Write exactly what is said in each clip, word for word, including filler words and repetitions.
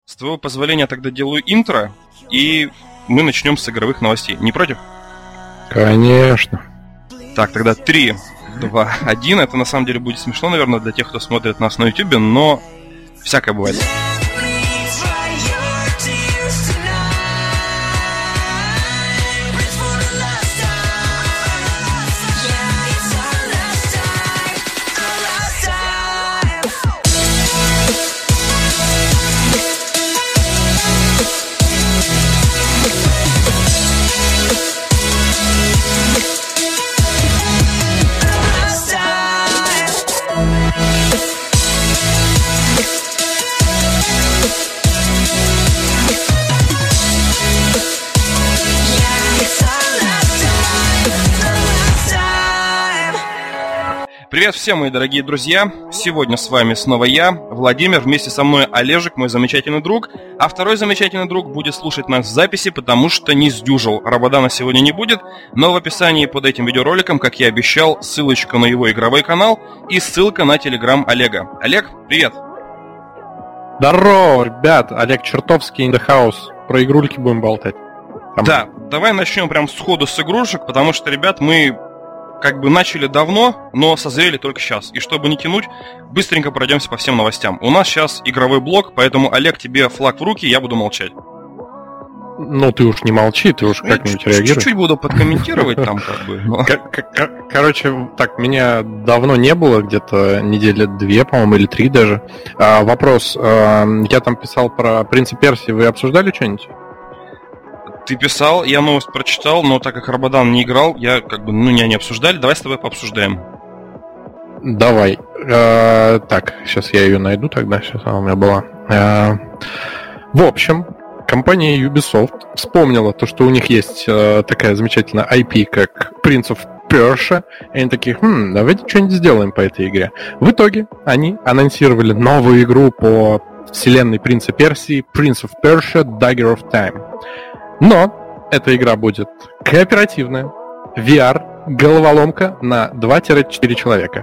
С твоего позволения тогда делаю интро, и мы начнем с игровых новостей. Не против? Конечно. Так, тогда три, два, один. Это на самом деле будет смешно, наверное, для тех, кто смотрит нас на YouTube, но всякое бывает. Привет всем, мои дорогие друзья! Сегодня с вами снова я, Владимир, вместе со мной Олежек, мой замечательный друг. А второй замечательный друг будет слушать нас в записи, потому что не сдюжил. Рабадана сегодня не будет, но в описании под этим видеороликом, как я обещал, ссылочка на его игровой канал и ссылка на телеграм Олега. Олег, привет! Здорово, ребят! Олег Чертовский in the house. Про игрульки будем болтать. Там... Да, давай начнем прям сходу с игрушек, потому что, ребят, мы... как бы начали давно, но созрели только сейчас. И чтобы не тянуть, быстренько пройдемся по всем новостям. У нас сейчас игровой блок, поэтому, Олег, тебе флаг в руки, я буду молчать. Ну, ты уж не молчи, ты уж как-нибудь реагируй. Чуть-чуть буду подкомментировать там как бы. Короче, так, меня давно не было, где-то недели две, по-моему, или три даже. Вопрос, я там писал про «Принца Персии», вы обсуждали что-нибудь? Ты писал, я новость прочитал, но так как Рабадан не играл, я как бы, ну, не, не обсуждали. Давай с тобой пообсуждаем. Давай. Э, так, сейчас я ее найду тогда, сейчас она у меня была. Э, в общем, компания Ubisoft вспомнила то, что у них есть э, такая замечательная ай пи, как Prince of Persia, и они такие, хм, давайте что-нибудь сделаем по этой игре. В итоге они анонсировали новую игру по вселенной Принца Персии, Prince of Persia Dagger of Time. Но эта игра будет кооперативная, ви ар, головоломка на два-четыре человека.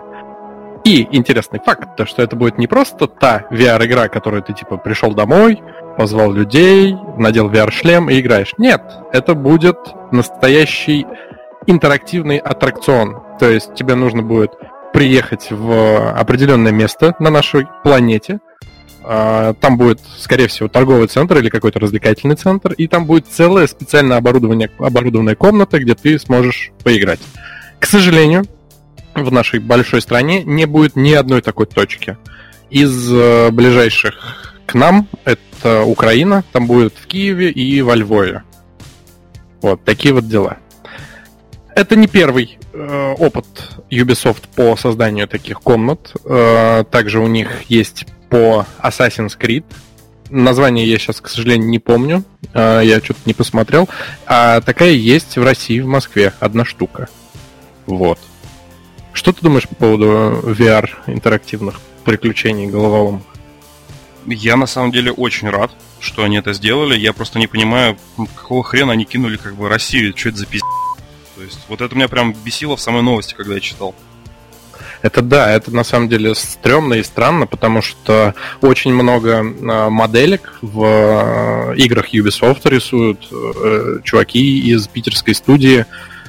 И интересный факт, то что это будет не просто та ви ар-игра, которую ты типа пришел домой, позвал людей, надел ви ар-шлем и играешь. Нет, это будет настоящий интерактивный аттракцион. То есть тебе нужно будет приехать в определенное место на нашей планете. Там будет, скорее всего, торговый центр или какой-то развлекательный центр, и там будет целая специально оборудование, оборудованная комната, где ты сможешь поиграть. К сожалению, в нашей большой стране не будет ни одной такой точки. Из ближайших к нам это Украина, там будет в Киеве и во Львове. Вот, такие вот дела. Это не первый э, опыт Ubisoft по созданию таких комнат. Э, также у них есть по Assassin's Creed. Название я сейчас, к сожалению, не помню. Э, я что-то не посмотрел. А такая есть в России, в Москве. Одна штука. Вот. Что ты думаешь по поводу ви ар интерактивных приключений головоломок? Я, на самом деле, очень рад, что они это сделали. Я просто не понимаю, какого хрена они кинули как бы Россию. Что это за пиздец? То есть вот это меня прям бесило в самой новости, когда я читал. Это да, это на самом деле стрёмно и странно, потому что очень много э, моделек в э, играх Ubisoft рисуют э, чуваки из питерской студии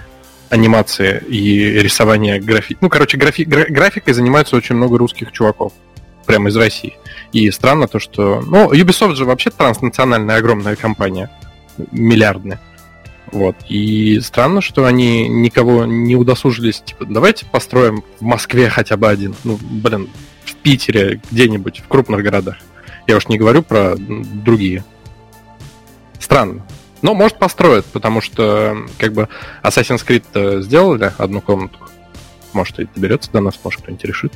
анимации и рисования графики. Ну, короче, графи... гра- графикой занимаются очень много русских чуваков, прямо из России. И странно то, что... Ну, Ubisoft же вообще транснациональная огромная компания, миллиардная. Вот. И странно, что они никого не удосужились, типа, давайте построим в Москве хотя бы один. Ну, блин, в Питере, где-нибудь, в крупных городах. Я уж не говорю про другие. Странно. Но, может, построят, потому что, как бы, Assassin's Creed сделали одну комнату. Может, и доберется до нас, может, кто-нибудь решит.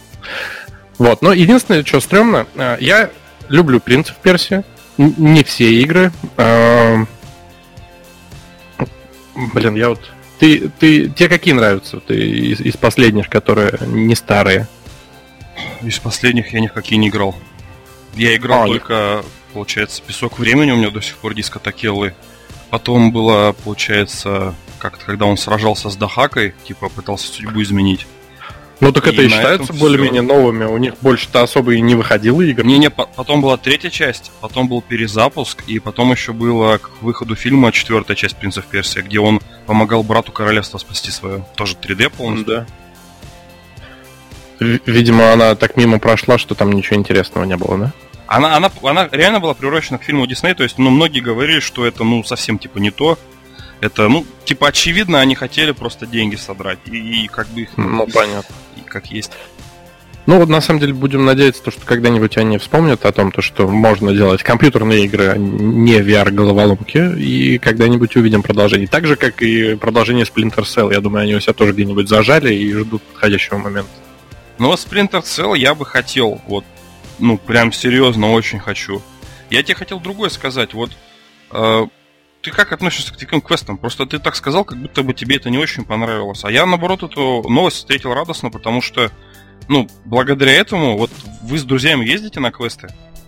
Вот. Но единственное, что стрёмно, я люблю Принца в Персии. Не все игры. Блин, я вот... Ты, ты... Тебе какие нравятся? Ты из, из последних, которые не старые? Из последних я ни в какие не играл. Я играл а, только, нет. Получается, «Песок времени», у меня до сих пор диско Такеллы. Потом было, получается, как-то, когда он сражался с Дахакой, типа пытался судьбу изменить. Ну так это и считается более-менее новыми. У них больше-то особо и не выходило игр. Не-не, потом была третья часть, потом был перезапуск, и потом еще была к выходу фильма четвертая часть «Принц оф Персия», где он помогал брату королевства спасти свое. Тоже три дэ полностью. Да. Видимо, она так мимо прошла, что там ничего интересного не было, да? Она, она, она реально была приурочена к фильму Дисней, то есть, ну, многие говорили, что это, ну, совсем, типа, не то. Это, ну, типа, очевидно, они хотели просто деньги содрать, и, и как бы их... Ну, понятно. И как есть. Ну, вот, на самом деле, будем надеяться, что когда-нибудь они вспомнят о том, то, что можно делать компьютерные игры, не ви ар-головоломки, и когда-нибудь увидим продолжение. Так же, как и продолжение Splinter Cell. Я думаю, они у себя тоже где-нибудь зажали и ждут подходящего момента. Ну, вот Splinter Cell я бы хотел, вот, ну, прям серьезно, очень хочу. Я тебе хотел другое сказать, вот, э, ты как относишься к таким квестам? Просто ты так сказал, как будто бы тебе это не очень понравилось. А я, наоборот, эту новость встретил радостно, потому что, ну, благодаря этому, вот, вы с друзьями ездите на квесты?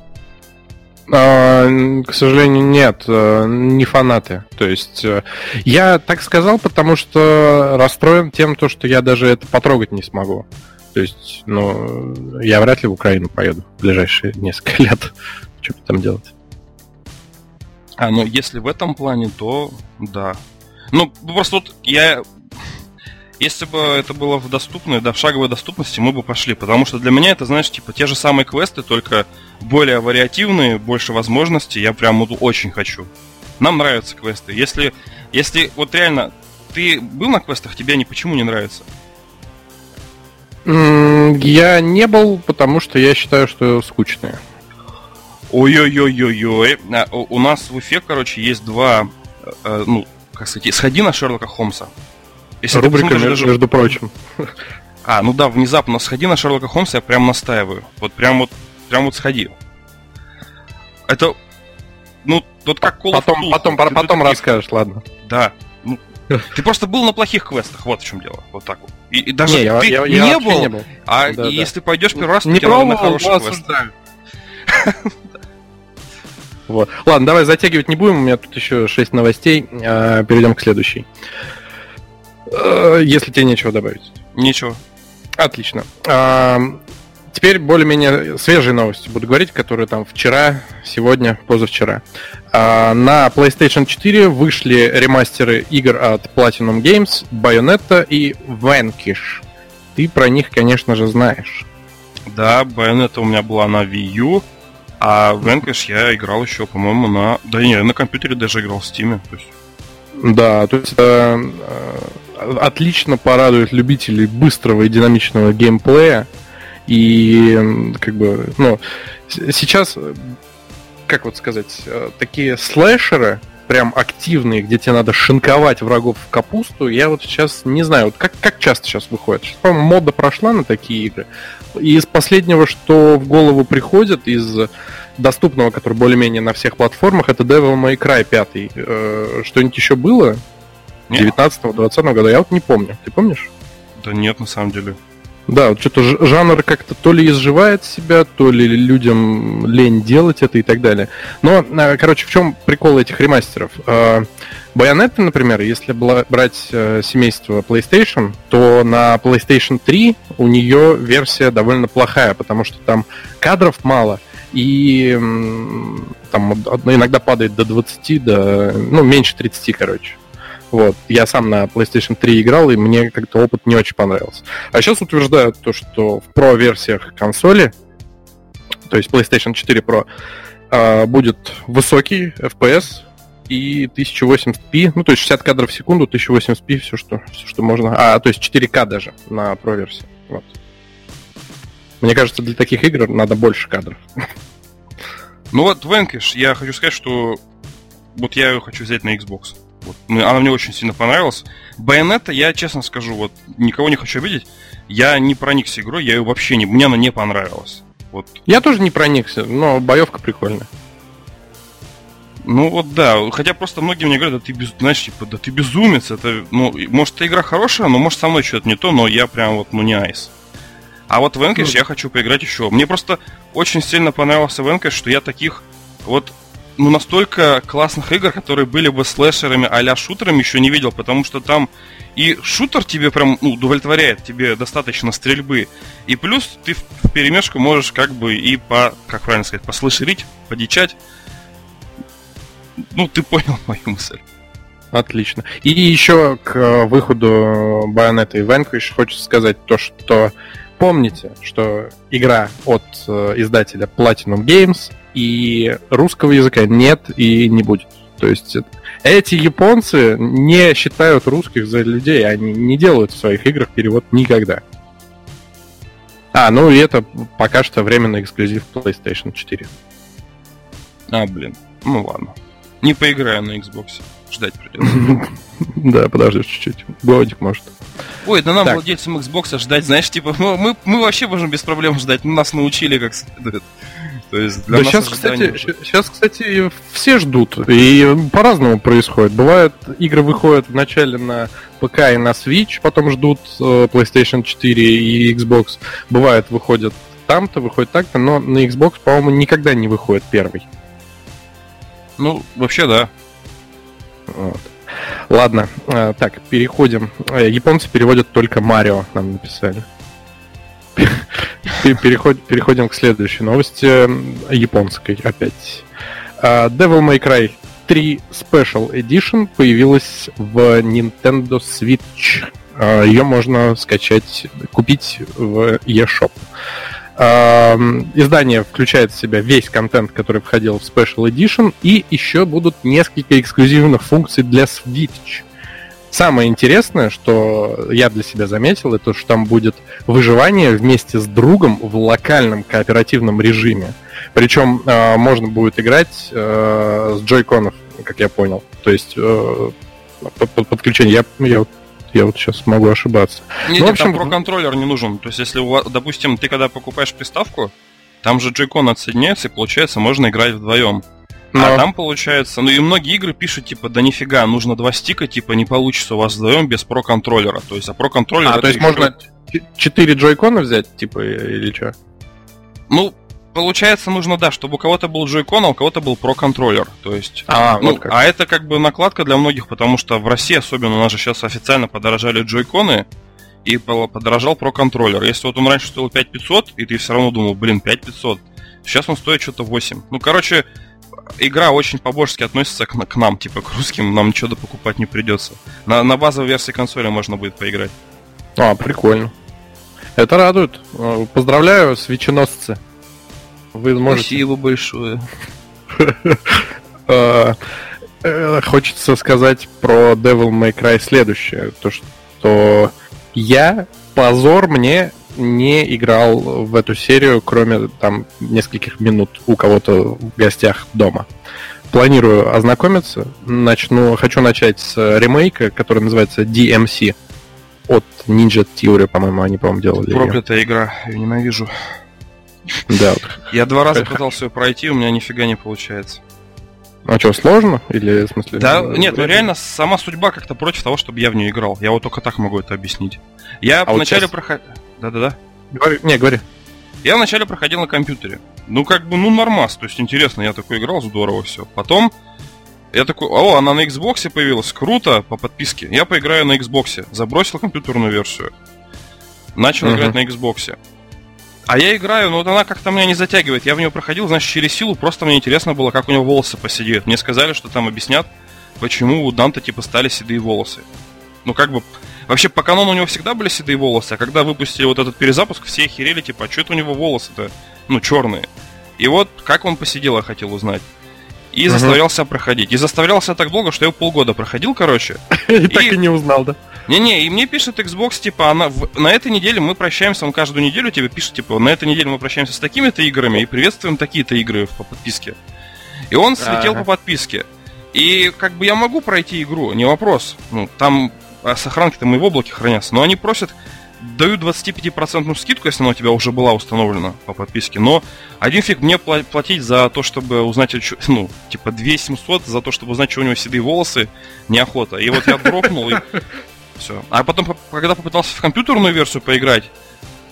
А, к сожалению, нет, не фанаты. То есть, я так сказал, потому что расстроен тем, то, что я даже это потрогать не смогу. То есть, ну, я вряд ли в Украину поеду в ближайшие несколько лет. Что там делать? А, ну, если в этом плане, то да. Ну, просто вот я... Если бы это было в доступной, да, в шаговой доступности, мы бы пошли. Потому что для меня это, знаешь, типа те же самые квесты, только более вариативные, больше возможностей. Я прям вот очень хочу. Нам нравятся квесты. Если, если вот реально ты был на квестах, тебе они почему не нравятся? Я не был, потому что я считаю, что скучные. Ой-ой-ой-ой-ой. У нас в Уфе, короче, есть два, э, ну, как сказать, сходи на Шерлока Холмса. Если рубрика, между, даже... между прочим. А, ну да, внезапно сходи на Шерлока Холмса, я прям настаиваю. Вот прям вот, прям вот сходи. Это, ну, вот как Call of Потом, Duty, потом, потом, потом расскажешь, ладно. Да. Ну, ты просто был на плохих квестах, вот в чем дело. Вот так вот. И, и даже не, ты я, не, я был, не был, а да, если да. пойдешь первый раз, то не тебе надо на хороший квест. Вот. Ладно, давай затягивать не будем, у меня тут еще шесть новостей. А, перейдем к следующей. А, если тебе нечего добавить. Нечего. Отлично. А, теперь более-менее свежие новости буду говорить, которые там вчера, сегодня, позавчера. А, на PlayStation четыре вышли ремастеры игр от Platinum Games, Bayonetta и Vanquish. Ты про них, конечно же, знаешь. Да, Bayonetta у меня была на Wii U. А Vanquish я играл еще, по-моему, на... Да не, на компьютере даже играл в Steam. То есть... Да, то есть это э, отлично порадует любителей быстрого и динамичного геймплея. И как бы, ну, сейчас, как вот сказать, такие слэшеры, прям активные, где тебе надо шинковать врагов в капусту, я вот сейчас не знаю, вот как, как часто сейчас выходит. Сейчас, по-моему, мода прошла на такие игры. И из последнего, что в голову приходит, из доступного, который более-менее на всех платформах, это Devil May Cry пять. Э, что-нибудь еще было? девятнадцатого-двадцатого года? Я вот не помню. Ты помнишь? Да нет, на самом деле. Да, вот что-то жанр как-то то ли изживает себя, то ли людям лень делать это и так далее. Но, короче, в чем прикол этих ремастеров? Bayonetta, например, если брать семейство PlayStation, то на PlayStation три у нее версия довольно плохая, потому что там кадров мало, и там иногда падает до двадцати, до, ну, меньше тридцати, короче. Вот. Я сам на PlayStation три играл, и мне как-то опыт не очень понравился. А сейчас утверждают то, что в Pro-версиях консоли, то есть PlayStation четыре Pro, будет высокий эф пи эс и тысяча восемьдесят пи, ну, то есть шестьдесят кадров в секунду, тысяча восемьдесят пи, все, что, все, что можно. А, то есть четыре ка даже на Pro-версии. Вот. Мне кажется, для таких игр надо больше кадров. Ну вот, Vanquish, я хочу сказать, что вот я ее хочу взять на Xbox. Вот. Она мне очень сильно понравилась. Bayonetta, я честно скажу, вот никого не хочу обидеть, я не проникся игрой, я ее вообще не... Мне она не понравилась. Вот. Я тоже не проникся, но боевка прикольная. Ну вот да, хотя просто многие мне говорят, да ты без... знаешь, типа, да ты безумец, это, ну, может, эта игра хорошая, но может со мной что-то не то, но я прям вот, ну, не айс. А вот Vanquish mm. я хочу поиграть еще. Мне просто очень сильно понравился Vanquish, что я таких вот ну, настолько классных игр, которые были бы слэшерами а-ля шутерами, еще не видел, потому что там и шутер тебе прям ну, удовлетворяет, тебе достаточно стрельбы, и плюс ты в перемешку можешь как бы и по, как правильно сказать, послэшерить, подичать. Ну, ты понял мою мысль. Отлично. И еще к выходу Bayonetta и Vanquish хочется сказать то, что помните, что игра от издателя Platinum Games, и русского языка нет и не будет. То есть эти японцы не считают русских за людей, они не делают в своих играх перевод никогда. А, ну и это пока что временный эксклюзив PlayStation четыре. А, блин, ну ладно. Не поиграю на Xbox. Ждать придется. Да, подожди чуть-чуть. Годик, может. Ой, да нам, владельцам Xbox, ждать, знаешь, типа, мы, мы вообще можем без проблем ждать. Нас научили, как следует. То есть для да нас сейчас, кстати, сейчас, кстати, все ждут. И по-разному происходит. Бывает, игры выходят вначале на ПК и на Switch, потом ждут PlayStation четыре и Xbox. Бывает, выходят там-то, выходит так-то, но на Xbox, по-моему, никогда не выходит первый. Ну, вообще, да. Вот. Ладно, так, переходим. Японцы переводят только Марио, нам написали. Переход, переходим к следующей новости. Японской опять. Devil May Cry три Special Edition появилась в Nintendo Switch. Ее можно скачать, купить в eShop. Издание включает в себя весь контент, который входил в Special Edition, и еще будут несколько эксклюзивных функций для Switch. Самое интересное, что я для себя заметил, это что там будет выживание вместе с другом в локальном кооперативном режиме. Причем э, можно будет играть э, с джойконов, как я понял. То есть э, под, подключение. Я, я, я вот сейчас могу ошибаться. Нет, ну, в общем, там про-контроллер не нужен. То есть, если, допустим, ты когда покупаешь приставку, там же джойкон отсоединяется, и получается, можно играть вдвоем. Но... А там получается, ну и многие игры пишут, типа, да нифига, нужно два стика, типа, не получится у вас вдвоем без про-контроллера. То есть, а про-контроллер... А, то есть еще... можно четыре джойкона взять, типа, или что? Ну, получается, нужно, да, чтобы у кого-то был джойкон, а у кого-то был про-контроллер. То есть, а, ну, вот как. А это как бы накладка для многих, потому что в России особенно у нас же сейчас официально подорожали джойконы, и подорожал про-контроллер. Если вот он раньше стоил пять тысяч пятьсот, и ты все равно думал, блин, пять тысяч пятьсот, сейчас он стоит что-то восемь. Ну, короче... Игра очень по-божески относится к, к нам, типа к русским, нам ничего покупать не придется. На, на базовой версии консоли можно будет поиграть. А, прикольно. Это радует. Поздравляю, свеченосцы. Вы можете... Спасибо большое. Хочется сказать про Devil May Cry следующее. То, что я, позор мне, не играл в эту серию, кроме там нескольких минут у кого-то в гостях дома. Планирую ознакомиться. Начну, хочу начать с ремейка, который называется ди эм си от Ninja Theory, по-моему, они, по-моему, делали. Проклятая игра, я ненавижу. Да. Вот. Я два раза пытался ее пройти, у меня нифига не получается. А что, сложно? Или в смысле? Да, нет, ну реально сама судьба как-то против того, чтобы я в нее играл. Я вот только так могу это объяснить. Я а вначале вот проходил. Да-да-да. Говори, не, говори. Я вначале проходил на компьютере. Ну, как бы, ну, нормас. То есть, интересно, я такой играл, здорово все. Потом я такой, о, она на Xbox появилась, круто, по подписке. Я поиграю на Xbox. Забросил компьютерную версию. Начал uh-huh. играть на Xbox. А я играю, но вот она как-то меня не затягивает. Я в нее проходил, значит, через силу. Просто мне интересно было, как у него волосы посидеют. Мне сказали, что там объяснят, почему у Данте, типа, стали седые волосы. Ну, как бы... Вообще, по канону у него всегда были седые волосы, а когда выпустили вот этот перезапуск, все охерели, типа, а что это у него волосы-то, ну, черные. И вот, как он посидел, я хотел узнать. И uh-huh. заставлял себя проходить. И заставлял себя так долго, что я полгода проходил, короче. И так и не узнал, да? Не-не, и мне пишет Xbox, типа, она, в, на этой неделе мы прощаемся, он каждую неделю тебе пишет, типа, на этой неделе мы прощаемся с такими-то играми и приветствуем такие-то игры по подписке. И он слетел uh-huh. по подписке. И, как бы, я могу пройти игру, не вопрос. Ну, там... А сохранки-то мы в облаке хранятся. Но они просят, дают двадцать пять процентов скидку, если она у тебя уже была установлена по подписке. Но один фиг мне платить за то, чтобы узнать, ну, типа две тысячи семьсот за то, чтобы узнать, что у него седые волосы, неохота. И вот я дропнул, и все. А потом, когда попытался в компьютерную версию поиграть,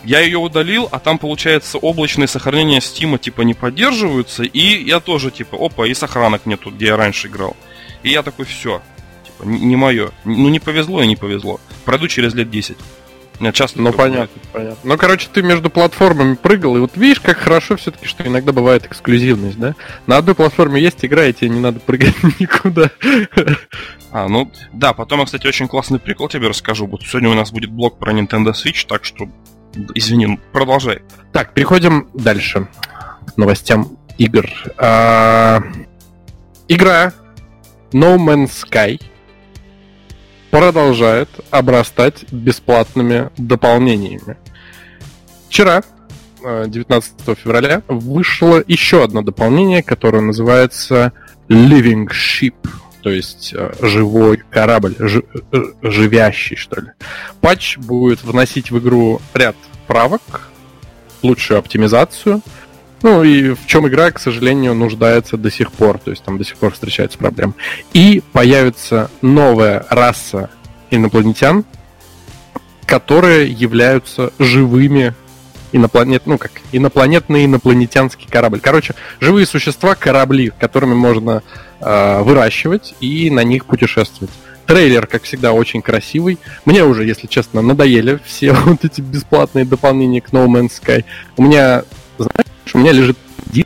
Я ее удалил, а там, получается, облачные сохранения Steam типа не поддерживаются, и я тоже, типа, опа, и сохранок нету, где я раньше играл. И я такой, все, типа, не, не мое. Ну, не повезло и не повезло. Пройду через лет десять. Меня часто ну, понятно, понятно. Ну, короче, ты между платформами прыгал, и вот видишь, как хорошо все-таки, что иногда бывает эксклюзивность, да? На одной платформе есть игра, и тебе не надо прыгать никуда. А, ну, да, потом я, кстати, очень классный прикол тебе расскажу. Вот сегодня у нас будет блог про Nintendo Switch, так что, извини, продолжай. Так, переходим дальше к новостям игр. А... Игра No Man's Sky продолжает обрастать бесплатными дополнениями. Вчера, девятнадцатого февраля, вышло еще одно дополнение, которое называется Living Ship, то есть живой корабль, ж, живящий, что ли. Патч будет вносить в игру ряд правок, лучшую оптимизацию, ну и в чем игра, к сожалению, нуждается до сих пор, то есть там до сих пор встречаются проблемы. И появится новая раса инопланетян, которые являются живыми инопланет, ну как инопланетный инопланетянский корабль. Короче, живые существа, корабли, которыми можно э, выращивать и на них путешествовать. Трейлер, как всегда, очень красивый. Мне уже, если честно, надоели все вот эти бесплатные дополнения к No Man's Sky. У меня, знаешь, у меня лежит диск,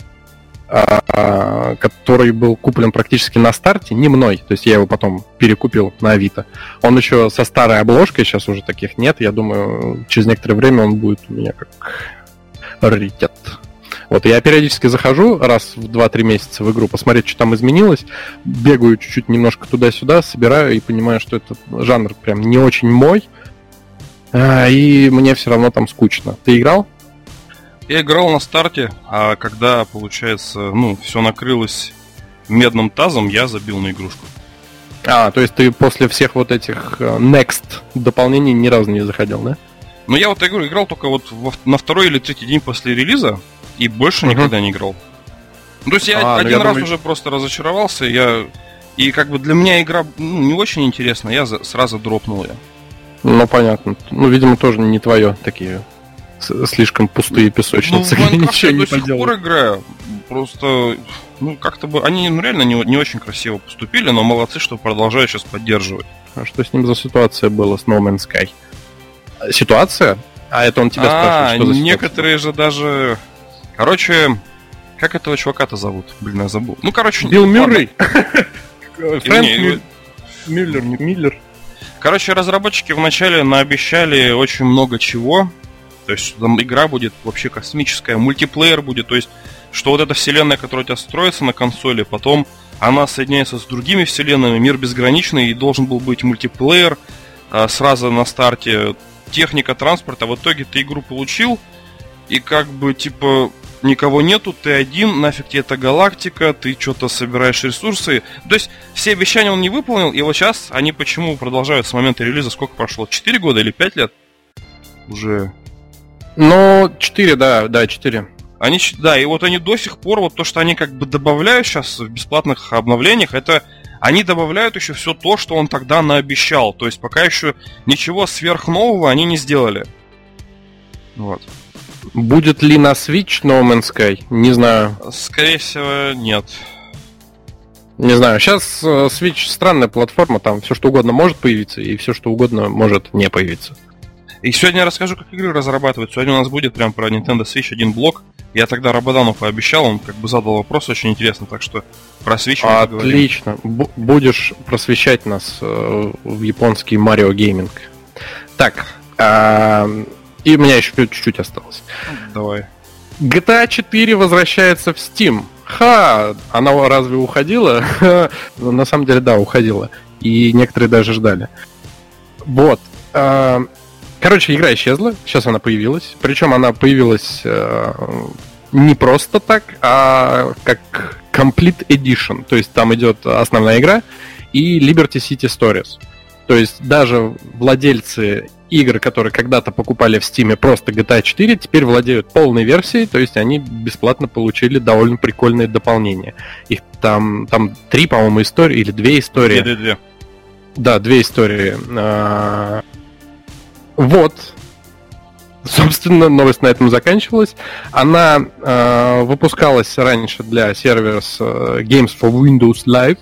а, который был куплен практически на старте, не мной, то есть я его потом перекупил на Авито. Он еще со старой обложкой, сейчас уже таких нет. Я думаю, через некоторое время он будет у меня как раритет. Вот, я периодически захожу раз в два-три месяца в игру, посмотреть, что там изменилось, бегаю чуть-чуть немножко туда-сюда, собираю и понимаю, что этот жанр прям не очень мой, и мне все равно там скучно. Ты играл? Я играл на старте, а когда, получается, ну, все накрылось медным тазом, я забил на игрушку. А, то есть ты после всех вот этих Next дополнений ни разу не заходил, да? Ну, я вот игру играл только вот во, на второй или третий день после релиза, и больше uh-huh. никогда не играл. Ну, то есть я а, один ну, я раз думаю... уже просто разочаровался, я... и как бы для меня игра ну, не очень интересная, я за... сразу дропнул ее. Ну, понятно. Ну, видимо, тоже не твое такие... слишком пустые песочницы. Ну, в Майнкрафте я до сих пор играю. Просто, ну, как-то бы... Они ну, реально не, не очень красиво поступили, но молодцы, что продолжают сейчас поддерживать. А что с ним за ситуация была с No Man's Sky? Ситуация? А это он тебя а, спрашивает, что за ситуация? Некоторые же даже... Короче, как этого чувака-то зовут? Блин, я забыл. Ну, короче... Билл Мюррей. Фрэнк Мюллер. Миллер. Короче, разработчики вначале наобещали очень много чего. То есть там игра будет вообще космическая, мультиплеер будет, то есть что вот эта вселенная, которая у тебя строится на консоли, потом она соединяется с другими вселенными, мир безграничный, и должен был быть мультиплеер а, сразу на старте, техника, транспорт, а в итоге ты игру получил, и как бы типа никого нету, ты один, нафиг тебе эта галактика, ты что-то собираешь ресурсы. То есть все обещания он не выполнил, и вот сейчас они почему продолжают с момента релиза, сколько прошло, четыре года или пять лет? Уже... Ну, четыре, да, да, четыре. Они, да, и вот они до сих пор, вот то, что они как бы добавляют сейчас в бесплатных обновлениях, это они добавляют еще все то, что он тогда наобещал. То есть пока еще ничего сверхнового они не сделали. Вот. Будет ли на Switch No Man's Sky? Не знаю. Скорее всего, нет. Не знаю. Сейчас Switch странная платформа, там все что угодно может появиться, и все что угодно может не появиться. И сегодня я расскажу, как игры разрабатывают. Сегодня у нас будет прям про Nintendo Switch один блок. Я тогда Рабадану пообещал, он как бы задал вопрос очень интересно, так что про Switch мы поговорим. Отлично. Б- будешь просвещать нас э, в японский Mario Gaming. Так, э, и у меня еще чуть-чуть осталось. Давай. джи ти эй четыре возвращается в Steam. Ха! Она разве уходила? На самом деле, да, уходила. И некоторые даже ждали. Вот. Э, Короче, игра исчезла, сейчас она появилась. Причем она появилась э, не просто так, а как Complete Edition. То есть там идет основная игра и Liberty City Stories. То есть даже владельцы игр, которые когда-то покупали в Steam просто джи ти эй четыре, теперь владеют полной версией, то есть они бесплатно получили довольно прикольные дополнения. Их там, там три, по-моему, истории, или две истории. Две, две, две. Да, две истории. Вот. собственно, новость на этом заканчивалась. Она э, выпускалась раньше для сервис э, Games for Windows Live.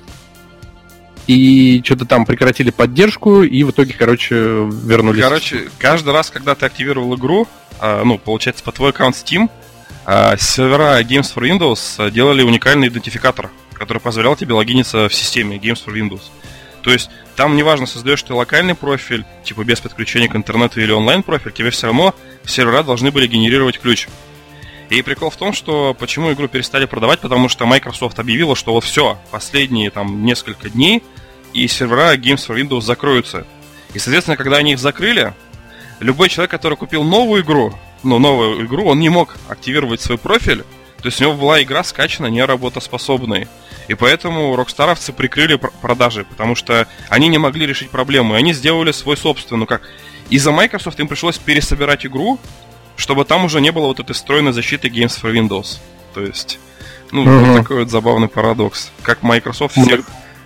И что-то там прекратили поддержку, и в итоге, короче, вернулись. Короче, каждый раз, когда ты активировал игру, э, ну, получается, по твой аккаунт Steam, э, сервера Games for Windows делали уникальный идентификатор, который позволял тебе логиниться в системе Games for Windows. То есть там неважно, создаешь ты локальный профиль, типа без подключения к интернету или онлайн-профиль, тебе все равно сервера должны были генерировать ключ. И прикол в том, что почему игру перестали продавать, потому что Microsoft объявила, что вот все, последние там несколько дней, и сервера Games for Windows закроются. И, соответственно, когда они их закрыли, любой человек, который купил новую игру, ну, новую игру, он не мог активировать свой профиль, то есть у него была игра скачана неработоспособной. И поэтому рокстаровцы прикрыли продажи, потому что они не могли решить проблему, и они сделали свой собственный, ну как, из-за Microsoft им пришлось пересобирать игру, чтобы там уже не было вот этой встроенной защиты Games for Windows. То есть, ну, uh-huh. вот такой вот забавный парадокс. Как Microsoft всех...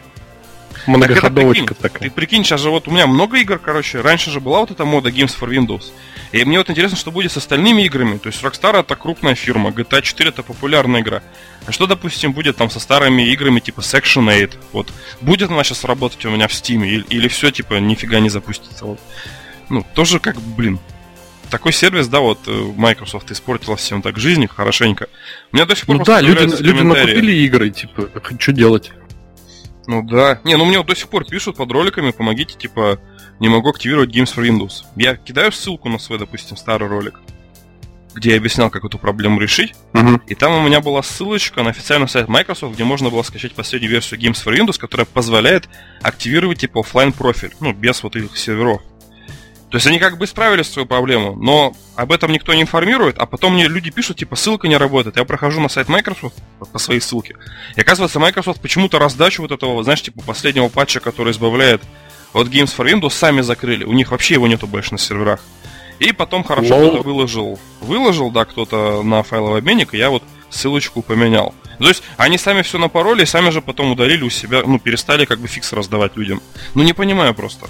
Многоходовочка так такая. Ты прикинь, сейчас же вот у меня много игр, короче, раньше же была вот эта мода Games for Windows. И мне вот интересно, что будет с остальными играми. То есть Rockstar это крупная фирма, джи ти эй четыре это популярная игра. А что, допустим, будет там со старыми играми типа Section восемь? Вот будет она сейчас работать у меня в Steam или, или все типа нифига не запустится? Вот. Ну, тоже как, блин, такой сервис, да, вот Microsoft испортила всем так жизнь хорошенько. У меня до сих пор ну да, люди, люди накупили игры, типа, что делать? Ну да. Не, ну мне вот до сих пор пишут под роликами, помогите, типа, не могу активировать Games for Windows. Я кидаю ссылку на свой, допустим, старый ролик, где я объяснял, как эту проблему решить. Uh-huh. И там у меня была ссылочка на официальный сайт Microsoft, где можно было скачать последнюю версию Games for Windows, которая позволяет активировать, типа, офлайн профиль, ну, без вот этих серверов. То есть они как бы исправили свою проблему, но об этом никто не информирует, а потом мне люди пишут, типа, ссылка не работает. Я прохожу на сайт Microsoft по своей ссылке, и оказывается, Microsoft почему-то раздачу вот этого, знаешь, типа, последнего патча, который избавляет от Games for Windows, сами закрыли. У них вообще его нету больше на серверах. И потом хорошо Лол. кто-то выложил. Выложил, да, кто-то на файловый обменник, и я вот ссылочку поменял. То есть они сами все напороли, и сами же потом удалили у себя, ну, перестали как бы фиксы раздавать людям. Ну, не понимаю просто.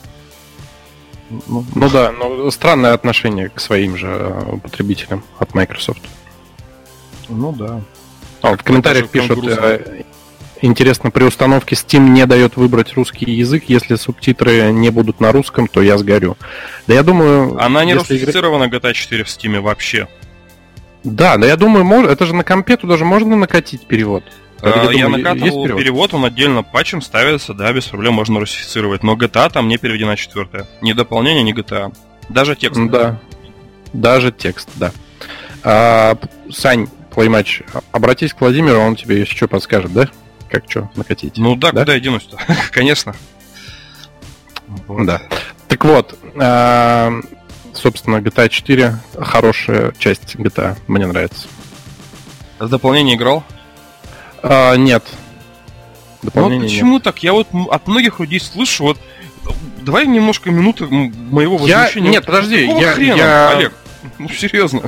Ну, ну да, но странное отношение к своим же потребителям от Microsoft. Ну да. А, вот в комментариях пишут, э, интересно, при установке Steam не дает выбрать русский язык, если субтитры не будут на русском, то я сгорю. Да я думаю... Она не русифицирована игра... джи ти эй четыре в Steam вообще. Да, да я думаю, мож... это же на компе туда же можно накатить перевод. Я, я думаю, накатывал перевод? перевод, он отдельно патчем ставится, да, без проблем можно русифицировать. Но джи ти эй там не переведена четвертая. Ни дополнение, ни джи ти эй. Даже текст. Да. Даже текст, да. А, Сань, Playmatch, обратись к Владимиру, он тебе еще что подскажет, да? Как что накатить? Ну да, да? Куда я денусь-то? Конечно. Вот. Да. Так вот, а, собственно, джи ти эй четыре хорошая часть джи ти эй, мне нравится. А с дополнением играл? А, нет. Ну почему нет. Так? Я вот от многих людей слышу, вот давай немножко минуты моего возмущения. Я... Нет, подожди, я, хрена, я... Олег? Ну серьезно.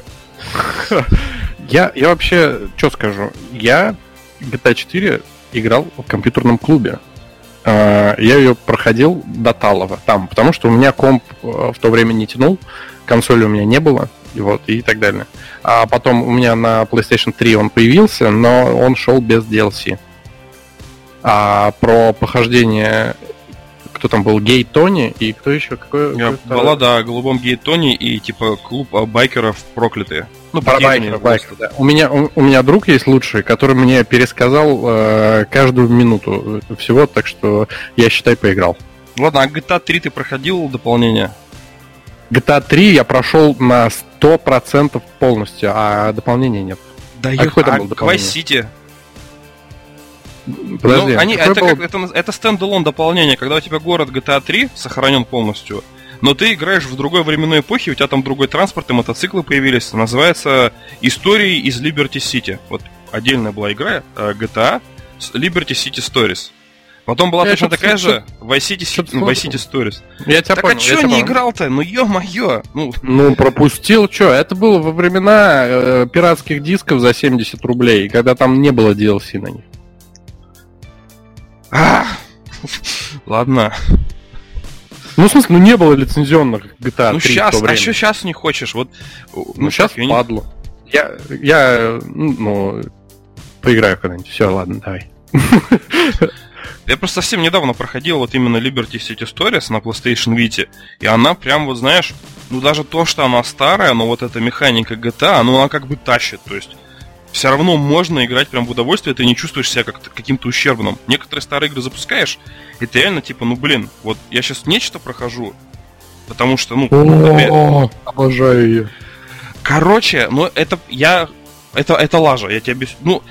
я, я вообще, что скажу? Я джи ти эй четыре играл в компьютерном клубе. Я ее проходил до талого там, потому что у меня комп в то время не тянул, консоли у меня не было. И вот, и так далее. А потом у меня на PlayStation три он появился, но он шел без ди эл си. А про похождение... Кто там был? Гей Тони и кто еще? Какой, была, да, о голубом Гей Тони и типа клуб байкеров проклятые. Ну, про байкеров, байкеров, да. У меня, у, у меня друг есть лучший, который мне пересказал э, каждую минуту всего, так что я, считай, поиграл. Ладно, а джи ти эй три ты проходил дополнение? джи ти эй три я прошел на сто процентов полностью, а дополнения нет. Да а какой там был дополнение? Vice City. Подожди, ну, они, это, был... как, это, это стендалон дополнение, когда у тебя город джи ти эй три сохранен полностью, но ты играешь в другой временной эпохе, у тебя там другой транспорт и мотоциклы появились. Называется «Истории из Liberty City». Вот отдельная была игра джи ти эй Liberty City Stories. Потом была я точно такая же Vice City, Vice City Stories. Я тебя так понял, а чё не играл-то? Ну ё-моё! Ну... ну пропустил, чё? Это было во времена э, пиратских дисков за семьдесят рублей, когда там не было ди эл си на них. Ну, в смысле, ну не было лицензионных джи ти эй ну, три сейчас, в то время. а что сейчас не хочешь? Вот, ну, ну сейчас я падло. Не... Я, я, ну, поиграю когда-нибудь. Все, ладно, давай. Я просто совсем недавно проходил вот именно Liberty City Stories на PlayStation Vita, и она прям, вот знаешь, ну даже то, что она старая, но вот эта механика джи ти эй, ну она как бы тащит, то есть все равно можно играть прям в удовольствие, ты не чувствуешь себя как каким-то ущербным. Некоторые старые игры запускаешь, и ты реально типа, ну блин, вот я сейчас нечто прохожу, потому что, ну... О, обожаю ее. Короче, ну это я... Это, это лажа, я тебе объясню. Ну,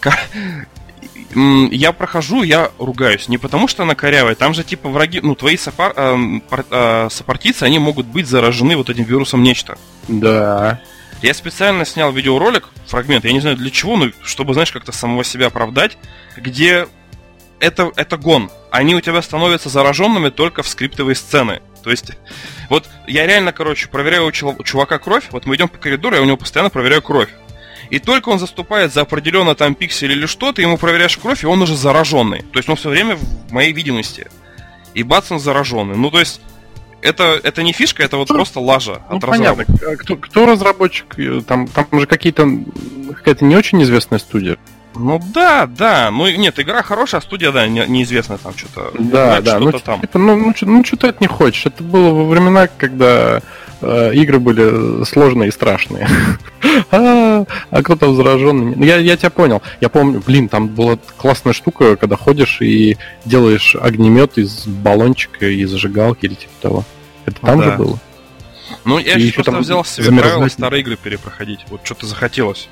я прохожу, я ругаюсь. Не потому, что она корявая. Там же, типа, враги, ну, твои сопар, э, э, сопартийцы, они могут быть заражены вот этим вирусом нечто. Да. Я специально снял видеоролик, фрагмент, я не знаю для чего, но чтобы, знаешь, как-то самого себя оправдать, где это, это гон. Они у тебя становятся зараженными только в скриптовые сцены. То есть, вот я реально, короче, проверяю у чувака кровь, вот мы идем по коридору, я у него постоянно проверяю кровь. И только он заступает за определенный там пиксель или что, ты ему проверяешь кровь, и он уже зараженный. То есть он все время в моей видимости. И бац, он зараженный. Ну, то есть, это, это не фишка, это вот кто? Просто лажа ну, от разработчика. Понятно. Кто, кто разработчик? Там, там же какие-то какая-то не очень известная студия. Ну да, да. Ну нет, игра хорошая, а студия, да, не, неизвестная там что-то. Да, да. Что-то ну, там. Типа, ну, ну, ну что ты от них хочешь? Это было во времена, когда э, игры были сложные и страшные. а, а кто там зараженный? Я, я тебя понял. Я помню, блин, там была классная штука, когда ходишь и делаешь огнемет из баллончика и зажигалки или типа того. Это там да. же было. Ну, я и просто взял себе правила старые игры перепроходить. Вот что-то захотелось.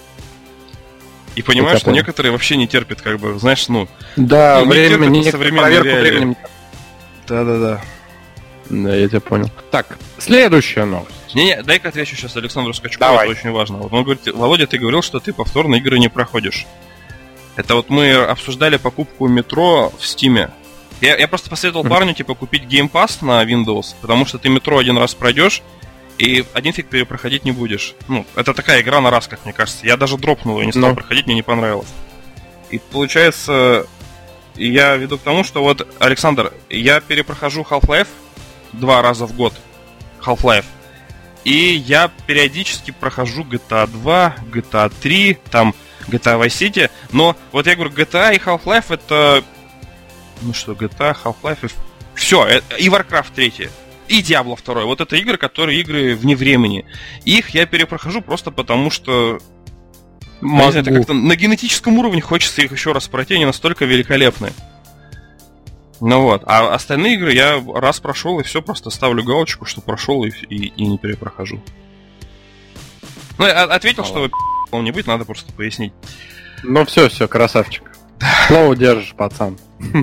И понимаешь, что понял. Некоторые вообще не терпят, как бы, знаешь, ну... Да, ну, время, не терпят проверку временем. Да-да-да. Да, я тебя понял. Так, следующая новость. Не-не, дай-ка отвечу сейчас Александру Скачкову, Давай. Это очень важно. Вот он говорит, Володя, ты говорил, что ты повторно игры не проходишь. Это вот мы обсуждали покупку метро в Стиме. Я, я просто посоветовал mm-hmm. парню, типа, купить Game Pass на Windows, потому что ты метро один раз пройдешь, и один фиг перепроходить не будешь. Ну, это такая игра на раз, как мне кажется. Я даже дропнул ее, не стал no. проходить, мне не понравилось. И получается, я веду к тому, что вот, Александр, я перепрохожу Half-Life два раза в год. Half-Life. И я периодически прохожу джи ти эй два, джи ти эй три, там, джи ти эй Vice City. Но вот я говорю, джи ти эй и Half-Life это... Ну что, джи ти эй, Half-Life и... Все, и Warcraft три. И Diablo два. Вот это игры, которые игры вне времени. Их я перепрохожу просто потому, что... Не знаю, это как-то на генетическом уровне хочется их еще раз пройти, они настолько великолепны. Ну вот. А остальные игры я раз прошел и все, просто ставлю галочку, что прошел и, и, и не перепрохожу. Ну, я ответил, что вы не быть, надо просто пояснить. Ну все, все, красавчик. Слово держишь, пацан.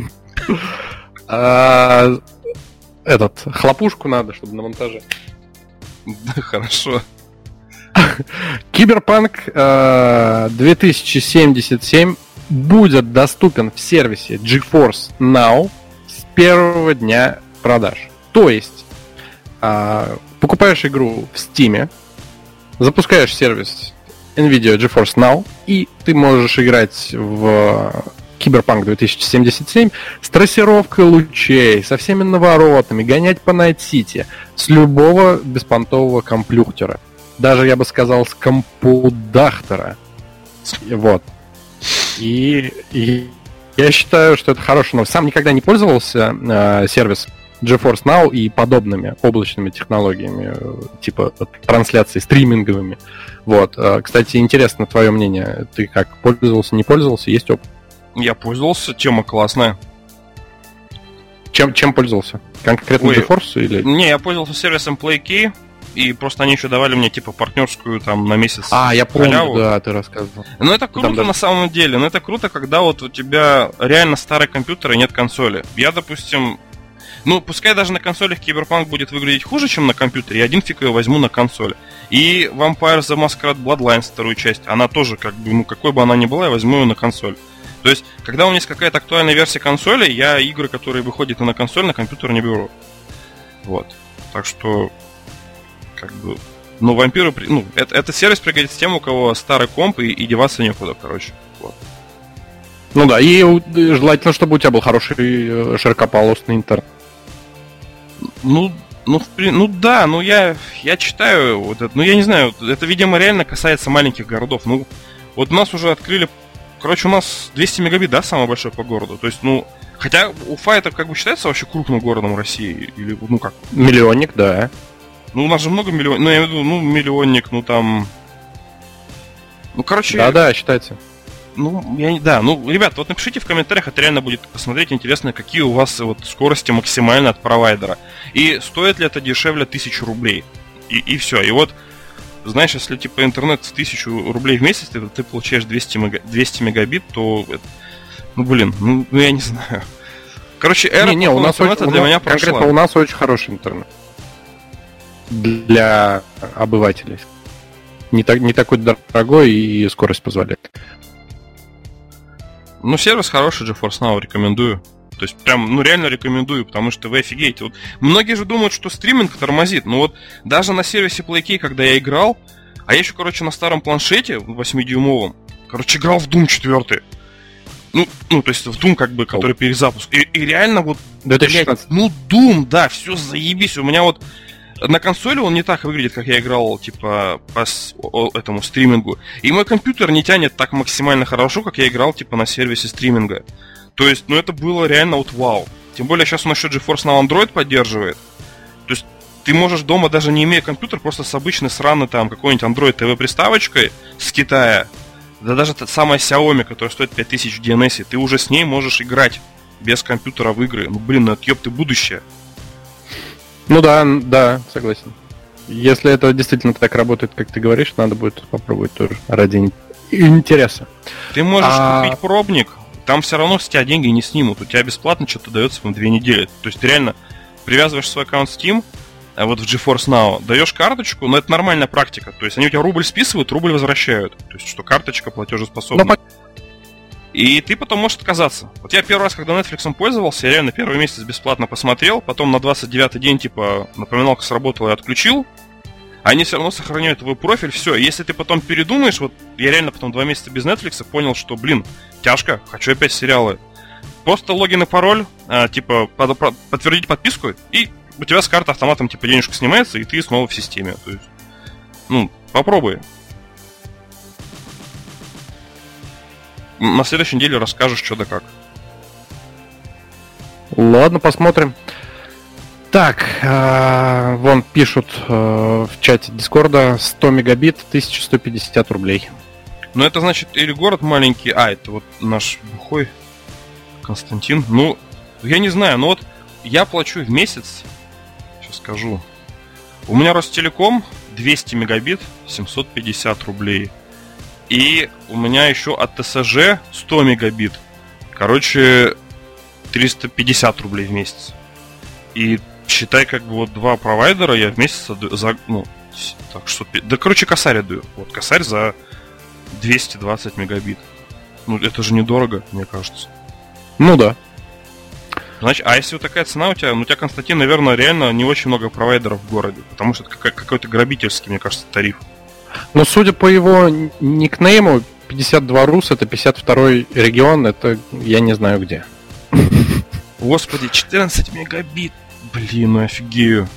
Этот, хлопушку надо, чтобы на монтаже. Да, хорошо. Киберпанк две тысячи семьдесят семь будет доступен в сервисе GeForce Now с первого дня продаж. То есть, покупаешь игру в Steam, запускаешь сервис NVIDIA GeForce Now, и ты можешь играть в Киберпанк две тысячи семьдесят семь с трассировкой лучей, со всеми наворотами, гонять по Найт-Сити, с любого беспонтового компьютера. Даже, я бы сказал, с компудахтера. Вот. И, и я считаю, что это хорошая новость. Сам никогда не пользовался э, сервис GeForce Now и подобными облачными технологиями, типа трансляции стриминговыми. Вот. Кстати, интересно твое мнение. Ты как, пользовался, не пользовался? Есть опыт? Я пользовался, тема классная. Чем, чем пользовался? Конкретно Ой, GeForce или... Не, я пользовался сервисом PlayKey, и просто они еще давали мне, типа, партнерскую там на месяц. А, я помню, халяву. Да, ты рассказывал. Ну, это круто даже... на самом деле. Но это круто, когда вот у тебя реально старый компьютер и нет консоли. Я, допустим... Ну, пускай даже на консолях Киберпанк будет выглядеть хуже, чем на компьютере, я один фиг ее возьму на консоль. И Vampire the Masquerade Bloodlines, вторую часть, она тоже, как бы, ну, какой бы она ни была, я возьму ее на консоль. То есть, когда у меня есть какая-то актуальная версия консоли, я игры, которые выходят на консоль, на компьютер не беру. Вот. Так что, как бы... Ну, вампиры... Ну, это, этот сервис пригодится тем, у кого старый комп, и, и деваться некуда, короче. Вот. Ну да, и желательно, чтобы у тебя был хороший широкополосный интернет. Ну, ну, в, ну да, ну я, я читаю, вот это, ну я не знаю, это, видимо, реально касается маленьких городов. Ну, вот у нас уже открыли, короче, у нас двести мегабит, да, самый большой по городу. То есть, ну, хотя Уфа это как бы считается вообще крупным городом России, или, ну как? Миллионник, да. Ну, у нас же много миллионов, ну, я имею в виду, ну, миллионник, ну, там... Ну, короче... Да-да, считайте. Ну, я не... Да, ну, ребят, вот напишите в комментариях, это реально будет посмотреть интересно, какие у вас вот скорости максимально от провайдера. И стоит ли это дешевле тысячи рублей. И, и все. И вот, знаешь, если, типа, интернет в тысячу рублей в месяц, ты, ты получаешь двести, мега... двести мегабит, то... Ну, блин, ну, ну, я не знаю. Короче, эра не, не, у нас очень, для у меня нас, прошла. Конкретно у нас очень хороший интернет. Для обывателей. Не, так, не такой дорогой и скорость позволяет. Ну, сервис хороший, GeForce Now, рекомендую. То есть, прям, ну, реально рекомендую, потому что вы офигеете. Вот, многие же думают, что стриминг тормозит. Но вот даже на сервисе PlayKey, когда я играл, а я еще, короче, на старом планшете, восьмидюймовом, короче, играл в Doom четыре. Ну, ну, то есть в Doom, как бы, который перезапуск. И, и реально вот, блядь, ну, Doom, да, все заебись. У меня вот на консоли он не так выглядит, как я играл, типа, по с, о, этому стримингу. И мой компьютер не тянет так максимально хорошо, как я играл, типа, на сервисе стриминга. То есть, ну, это было реально вот вау. Тем более, сейчас он еще GeForce Now Android поддерживает. То есть, ты можешь дома, даже не имея компьютер, просто с обычной сраной, там, какой-нибудь Android ти ви-приставочкой с Китая, да даже та самая Xiaomi, которая стоит пять тысяч в ди эн эс, ты уже с ней можешь играть без компьютера в игры. Ну, блин, ну, это ёпты будущее. Ну да, да, согласен. Если это действительно так работает, как ты говоришь, надо будет попробовать тоже ради интереса. Ты можешь а... купить пробник, там все равно с тебя деньги не снимут. У тебя бесплатно что-то дается на две недели. То есть ты реально привязываешь свой аккаунт Steam, а вот в GeForce Now, даешь карточку, но это нормальная практика. То есть они у тебя рубль списывают, рубль возвращают. То есть что карточка платежеспособна. Но... И ты потом можешь отказаться. Вот я первый раз, когда Netflix пользовался, я реально первый месяц бесплатно посмотрел, потом на двадцать девятый день, типа, напоминалка сработала и отключил. Они все равно сохраняют твой профиль, все. Если ты потом передумаешь, вот я реально потом два месяца без Netflix понял, что, блин, тяжко, хочу опять сериалы. Просто логин и пароль, а, типа, под, под, подтвердить подписку, и у тебя с карты автоматом, типа, денежка снимается, и ты снова в системе. То есть, ну, попробуй. На следующей неделе расскажешь, что да как. Ладно, посмотрим. Так, э, вон пишут э, в чате Дискорда сто мегабит, тысяча сто пятьдесят рублей. Ну, это значит, или город маленький, а, это вот наш бухой Константин. Ну, я не знаю, но вот я плачу в месяц, сейчас скажу, у меня Ростелеком двести мегабит, семьсот пятьдесят рублей. И у меня еще от ТСЖ сто мегабит. Короче, триста пятьдесят рублей в месяц. И считай, как бы вот два провайдера я в месяц за, ну, так, что, да, короче, косарь отдаю. Вот косарь за двести двадцать мегабит. Ну, это же недорого, мне кажется. Ну да. Значит, а если вот такая цена у тебя, ну, у тебя, Константин, наверное, реально не очень много провайдеров в городе. Потому что это какой-то грабительский, мне кажется, тариф. Но судя по его никнейму, пятьдесят два рус, это пятьдесят второй регион, это я не знаю где. Господи, четырнадцать мегабит. Блин, ну я офигею.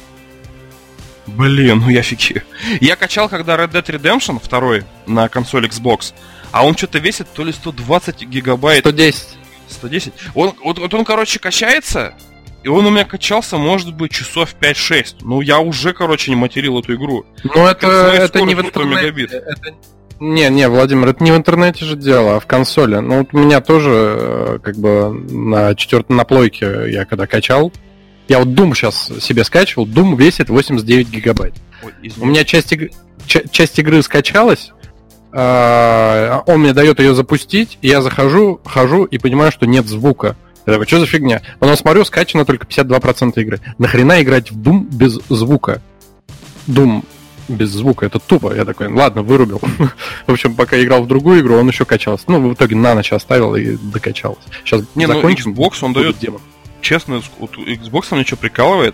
Блин, ну я офигею. Я качал, когда Red Dead Redemption два на консоли Xbox, а он что-то весит то ли сто двадцать гигабайт. сто десять. сто десять. Он, вот, вот он, короче, качается, и он у меня качался, может быть, часов пять-шесть. Ну, я уже, короче, не материл эту игру. Ну, это, это не в интернете. Это... Не, не, Владимир, это не в интернете же дело, а в консоли. Ну, вот у меня тоже, как бы, на четвертой, на плойке я когда качал, я вот Doom сейчас себе скачивал, Doom весит восемьдесят девять гигабайт. Ой, у меня часть, иг... Ч- часть игры скачалась, а он мне дает ее запустить, и я захожу, хожу и понимаю, что нет звука. Я такой, что за фигня? Потом смотрю, скачано только пятьдесят два процента игры. Нахрена играть в Doom без звука? Doom без звука, это тупо. Я такой, ладно, вырубил. В общем, пока играл в другую игру, он еще качался. Ну, в итоге на ночь оставил и докачался. Сейчас не, закончим. Ну, Xbox, он дает, демон. Честно, вот Xbox он ничего прикалывает.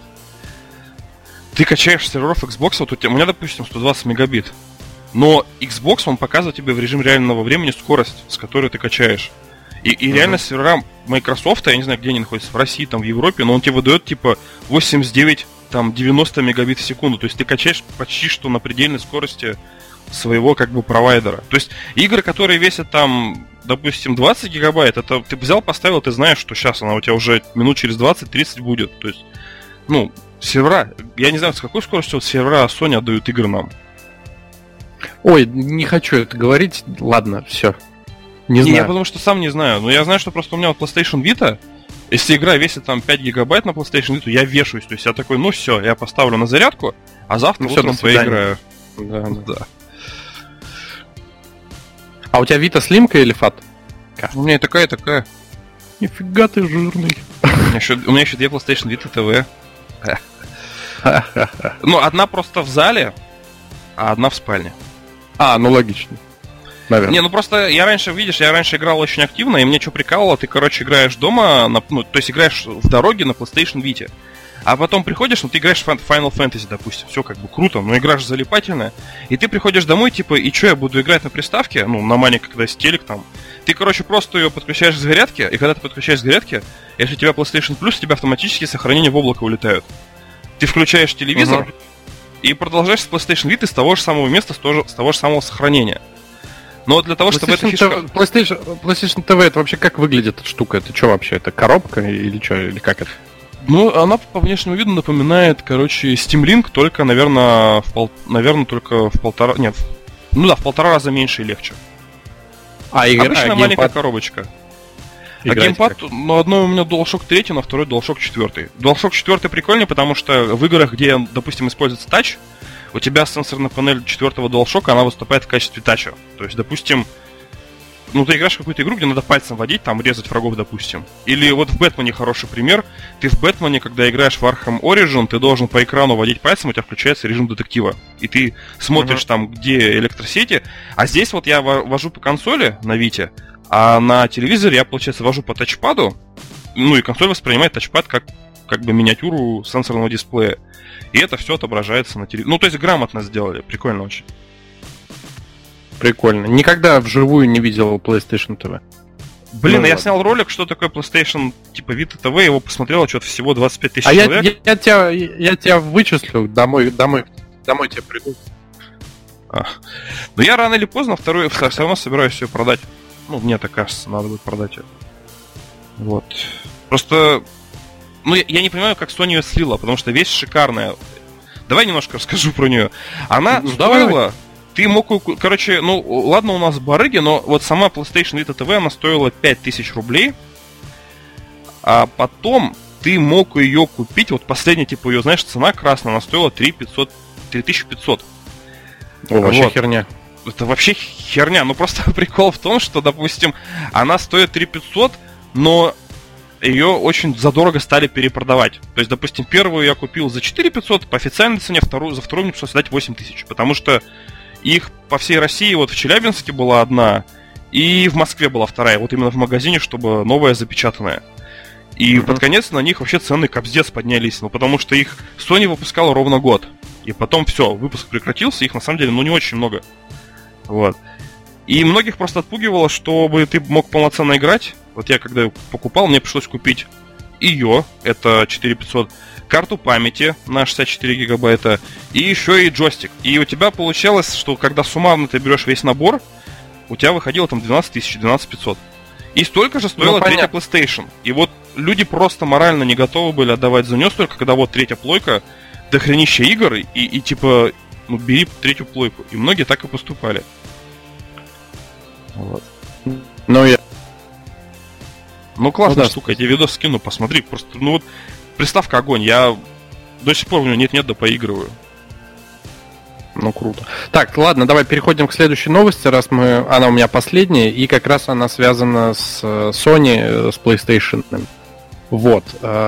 Ты качаешь серверов Xbox, вот у, тебя, у меня, допустим, сто двадцать мегабит. Но Xbox, он показывает тебе в режим реального времени скорость, с которой ты качаешь. И, и uh-huh. реально сервера Microsoft, я не знаю, где они находятся, в России, там, в Европе, но он тебе выдает, типа, восемьдесят девять там девяносто мегабит в секунду. То есть ты качаешь почти что на предельной скорости своего как бы провайдера. То есть игры, которые весят там, допустим, двадцать гигабайт, это ты взял, поставил, ты знаешь, что сейчас она у тебя уже минут через двадцать-тридцать будет. То есть, ну, сервера, я не знаю, с какой скоростью вот сервера Sony отдают игры нам. Ой, не хочу это говорить. Ладно, все. Не, не знаю. Я потому что сам не знаю. Но я знаю, что просто у меня вот PlayStation Vita, если игра весит там пять гигабайт на PlayStation Vita, я вешаюсь. То есть я такой, ну все, я поставлю на зарядку, а завтра ну, утром все, поиграю. Да, да. А у тебя Vita слимка или фат? У меня и такая, и такая. Нифига ты жирный. У меня еще, у меня еще две PlayStation Vita ти ви. Ну, одна просто в зале, а одна в спальне. А, ну логично. Наверное. Не, ну просто я раньше, видишь, я раньше играл очень активно, и мне что прикалывало, ты, короче, играешь дома, на, ну, то есть играешь в дороге на PlayStation Vita. А потом приходишь, ну ты играешь в Final Fantasy, допустим, все как бы круто, но играешь залипательно, и ты приходишь домой, типа, и что, я буду играть на приставке, ну, на маленькой, когда есть телек там. Ты, короче, просто ее подключаешь к зарядке, и когда ты подключаешь к зарядке, если у тебя PlayStation Plus, у тебя автоматически сохранения в облако улетают. Ты включаешь телевизор uh-huh. и продолжаешь с PlayStation Vita с того же самого места, с того же, с того же самого сохранения. Но для того, чтобы эта фишка... PlayStation, PlayStation ти ви, это вообще как выглядит эта штука? Это что вообще? Это коробка или что? Или как это? Ну, она по внешнему виду напоминает, короче, Steam Link, только, наверное, в пол... наверное, только в полтора... Нет, ну да, в полтора раза меньше и легче. А игра... Обычная а маленькая геймпад... коробочка. Играть а геймпад, как? на одной у меня DualShock три, на второй DualShock четыре. DualShock четыре прикольный, потому что в играх, где, допустим, используется тач, у тебя сенсорная панель четвертого DualShock, она выступает в качестве тача. То есть, допустим, ну ты играешь в какую-то игру, где надо пальцем водить, там резать врагов, допустим. Или вот в Бэтмене хороший пример. Ты в Бэтмене, когда играешь в Arkham Origin, ты должен по экрану водить пальцем, у тебя включается режим детектива. И ты смотришь uh-huh. там, где электросети. А здесь вот я вожу по консоли на Вите, а на телевизоре я, получается, вожу по тачпаду. Ну и консоль воспринимает тачпад как, как бы миниатюру сенсорного дисплея. И это все отображается на телевизоре. Ну, то есть грамотно сделали. Прикольно очень. Прикольно. Никогда вживую не видел PlayStation ти ви. Блин, ну, я ладно. снял ролик, что такое PlayStation, типа Vita ти ви, его посмотрело что-то всего двадцать пять тысяч а человек. Я, я, я, тебя, я тебя вычислю, домой, домой, домой тебе приду. А. Но я рано или поздно вторую все равно собираюсь ее продать. Ну, мне так кажется, надо будет продать ее. Вот. Просто, ну, я, я не понимаю, как Sony ее слила, потому что вещь шикарная. Давай немножко расскажу про нее. Она ну, стоила... Давай. Ты мог... Короче, ну, ладно, у нас барыги, но вот сама PlayStation Vita ти ви, она стоила пять тысяч рублей. А потом ты мог ее купить, вот последняя, типа, ее, знаешь, цена красная, она стоила три тысячи пятьсот. О, вообще вот. Херня. Это вообще херня. Ну, просто прикол в том, что, допустим, она стоит три тысячи пятьсот, но ее очень задорого стали перепродавать. То есть, допустим, первую я купил за четыре тысячи пятьсот, по официальной цене, вторую, за вторую мне пришлось дать восемь тысяч, потому что их по всей России, вот в Челябинске была одна, и в Москве была вторая, вот именно в магазине, чтобы новая запечатанная. И uh-huh. под конец на них вообще цены капздец поднялись, ну потому что их Sony выпускала ровно год. И потом все, выпуск прекратился, их на самом деле, ну, не очень много. Вот. И многих просто отпугивало, чтобы ты мог полноценно играть. Вот я когда покупал, мне пришлось купить ее, это четыре тысячи пятьсот, карту памяти на шестьдесят четыре гигабайта, и еще и джойстик. И у тебя получалось, что когда суммарно ты берешь весь набор, у тебя выходило там двенадцать тысяч, двенадцать тысяч пятьсот. И столько же стоила ну, третья PlayStation. И вот люди просто морально не готовы были отдавать за нее столько, когда вот третья плойка, дохренища игр, и, и типа, ну, бери третью плойку. И многие так и поступали. Вот. Ну, я... Ну, классная ну, да. штука, я тебе видос скину, посмотри. Просто, ну вот, приставка огонь. Я до сих пор у нее нет-нет, да поигрываю. Ну, круто. Так, ладно, давай переходим к следующей новости, раз мы... Она у меня последняя, и как раз она связана с Sony, с PlayStation. Вот.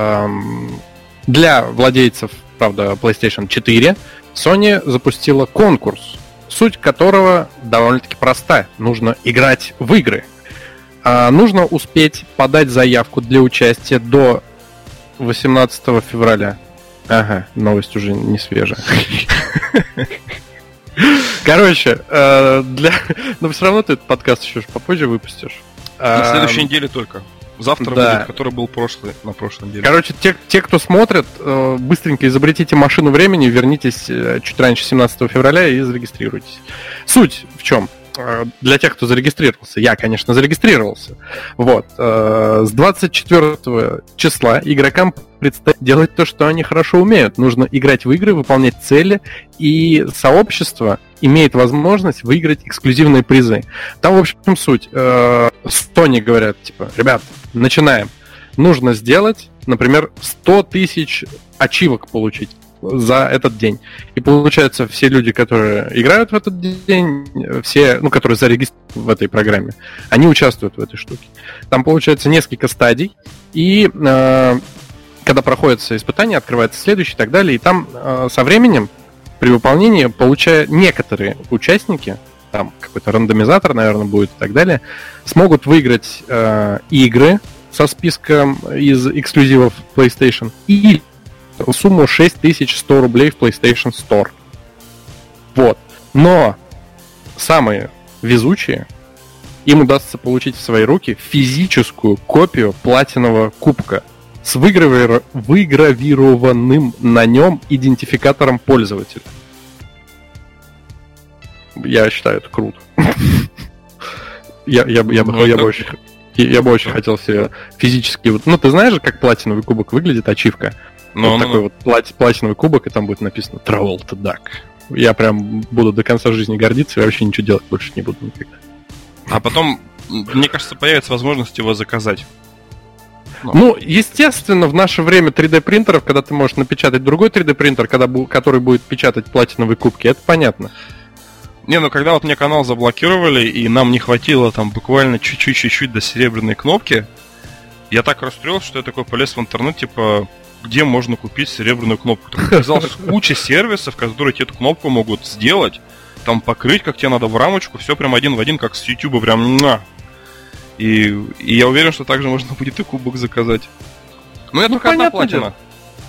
Для владельцев, правда, PlayStation четыре Sony запустила конкурс, суть которого довольно-таки проста. Нужно играть в игры. А нужно успеть подать заявку для участия до восемнадцатого февраля. Ага, новость уже не свежая. Короче, для... но все равно ты этот подкаст еще попозже выпустишь. На следующей неделе только. завтра Да. будет, который был прошлый, на прошлой неделе. Короче, те, те, кто смотрит, э, быстренько изобретите машину времени, вернитесь э, чуть раньше семнадцатого февраля и зарегистрируйтесь. Суть в чем? Э, Для тех, кто зарегистрировался, я, конечно, зарегистрировался. Вот. э, С двадцать четвёртого числа игрокам предстоит делать то, что они хорошо умеют. Нужно играть в игры, выполнять цели, и сообщество имеет возможность выиграть эксклюзивные призы. Там, в общем, суть. Э, Sony говорят, типа, ребят, начинаем. Нужно сделать, например, сто тысяч ачивок получить за этот день. И получается, все люди, которые играют в этот день, все, ну, которые зарегистрированы в этой программе, они участвуют в этой штуке. Там получается несколько стадий, и э, когда проходится испытание, открывается следующий и так далее, и там э, со временем при выполнении получая некоторые участники, там какой-то рандомизатор, наверное, будет и так далее, смогут выиграть э, игры со списком из эксклюзивов PlayStation и сумму шесть тысяч сто рублей в PlayStation Store. Вот. Но самые везучие, им удастся получить в свои руки физическую копию платинового кубка с выгравир... выгравированным на нем идентификатором пользователя. Я считаю, это круто. Я, я, я, бы, я, бы очень, я бы очень хотел себе физически... Ну, ты знаешь же, как платиновый кубок выглядит, ачивка? Ну, вот ну, такой ну. вот плати, платиновый кубок, и там будет написано Travolta Duck. Я прям буду до конца жизни гордиться и вообще ничего делать больше не буду никогда. А потом, мне кажется, появится возможность его заказать. Ну, ну естественно, в наше время три дэ принтеров, когда ты можешь напечатать другой три дэ принтер, когда, который будет печатать платиновые кубки, это понятно. Не, ну когда вот мне канал заблокировали, и нам не хватило там буквально чуть-чуть-чуть до серебряной кнопки, я так расстроился, что я такой полез в интернет, типа, где можно купить серебряную кнопку. Там оказалось куча сервисов, которые тебе эту кнопку могут сделать, там покрыть, как тебе надо, в рамочку, все прям один в один, как с YouTube, прям на. И, и я уверен, что также можно будет и кубок заказать. Но это ну, только одна платина. Дело.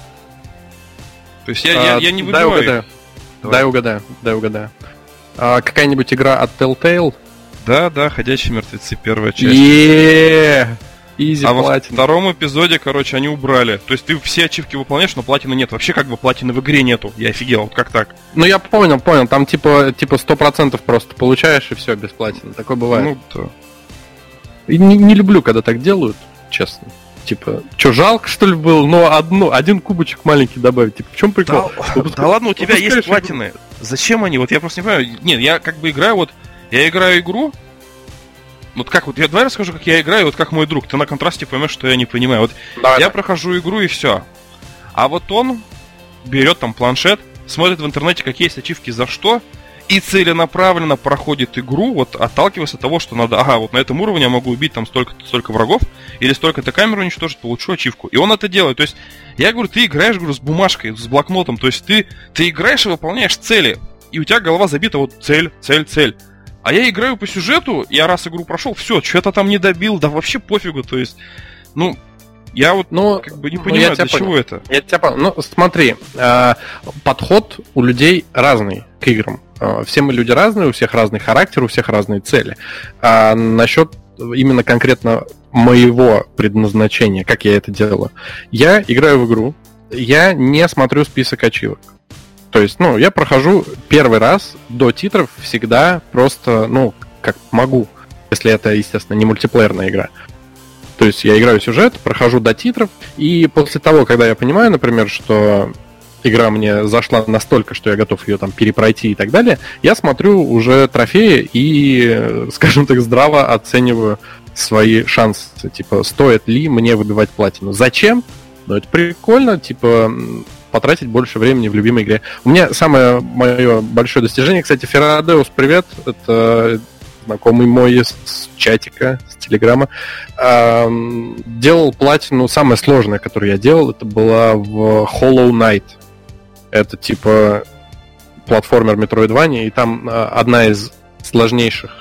То есть я, а, я, я не выбиваю. Дай угадаю. Дай угадаю, дай угадаю. А, какая-нибудь игра от Telltale? Да, да, «Ходячие мертвецы», первая часть. Еее! Изи а платина. Во втором эпизоде, короче, они убрали. То есть ты все ачивки выполняешь, но платины нет. Вообще как бы платины в игре нету. Я офигел, как так? Ну я понял, понял. Там типа типа сто процентов просто получаешь и все, без платины. Такое бывает. Ну, да. И не, не люблю, когда так делают, честно. Типа, что, жалко, что ли, было? Но одну, один кубочек маленький добавить. Типа, в чем прикол? Да, да ладно, у тебя есть платины. Игру. Зачем они? Вот я просто не понимаю. Нет, я как бы играю, вот, я играю игру. Вот как вот, я давай расскажу, как я играю, вот как мой друг. Ты на контрасте поймешь, что я не понимаю. Вот давай. Я прохожу игру и все. А вот он берет там планшет, смотрит в интернете, какие есть ачивки за что, и целенаправленно проходит игру, вот отталкиваясь от того, что надо, ага, вот на этом уровне я могу убить там столько-то, столько врагов, или столько-то камер уничтожить, получу ачивку. И он это делает. То есть, я говорю, ты играешь, говорю, с бумажкой, с блокнотом, то есть ты, ты играешь и выполняешь цели, и у тебя голова забита вот цель, цель, цель. А я играю по сюжету, я раз игру прошел, все, что-то там не добил, да вообще пофигу, то есть, ну, я вот ну, как бы не ну, понимаю, для чего это. Я тебя понял. Ну, смотри, э, подход у людей разный к играм. Э, все мы люди разные, у всех разный характер, у всех разные цели. А насчет именно конкретно моего предназначения, как я это делаю. Я играю в игру, я не смотрю список ачивок. То есть, ну, я прохожу первый раз до титров всегда просто, ну, как могу, если это, естественно, не мультиплеерная игра. То есть я играю сюжет, прохожу до титров, и после того, когда я понимаю, например, что игра мне зашла настолько, что я готов ее там перепройти и так далее, я смотрю уже трофеи и, скажем так, здраво оцениваю свои шансы. Типа, стоит ли мне выбивать платину? Зачем? Ну, это прикольно, типа, потратить больше времени в любимой игре. У меня самое мое большое достижение, кстати, Ферадеус, привет, это знакомый мой с чатика, с Телеграма, эм, делал платину, самое сложное, которое я делал, это была в Hollow Knight. Это типа платформер Metroidvania, и там э, одна из сложнейших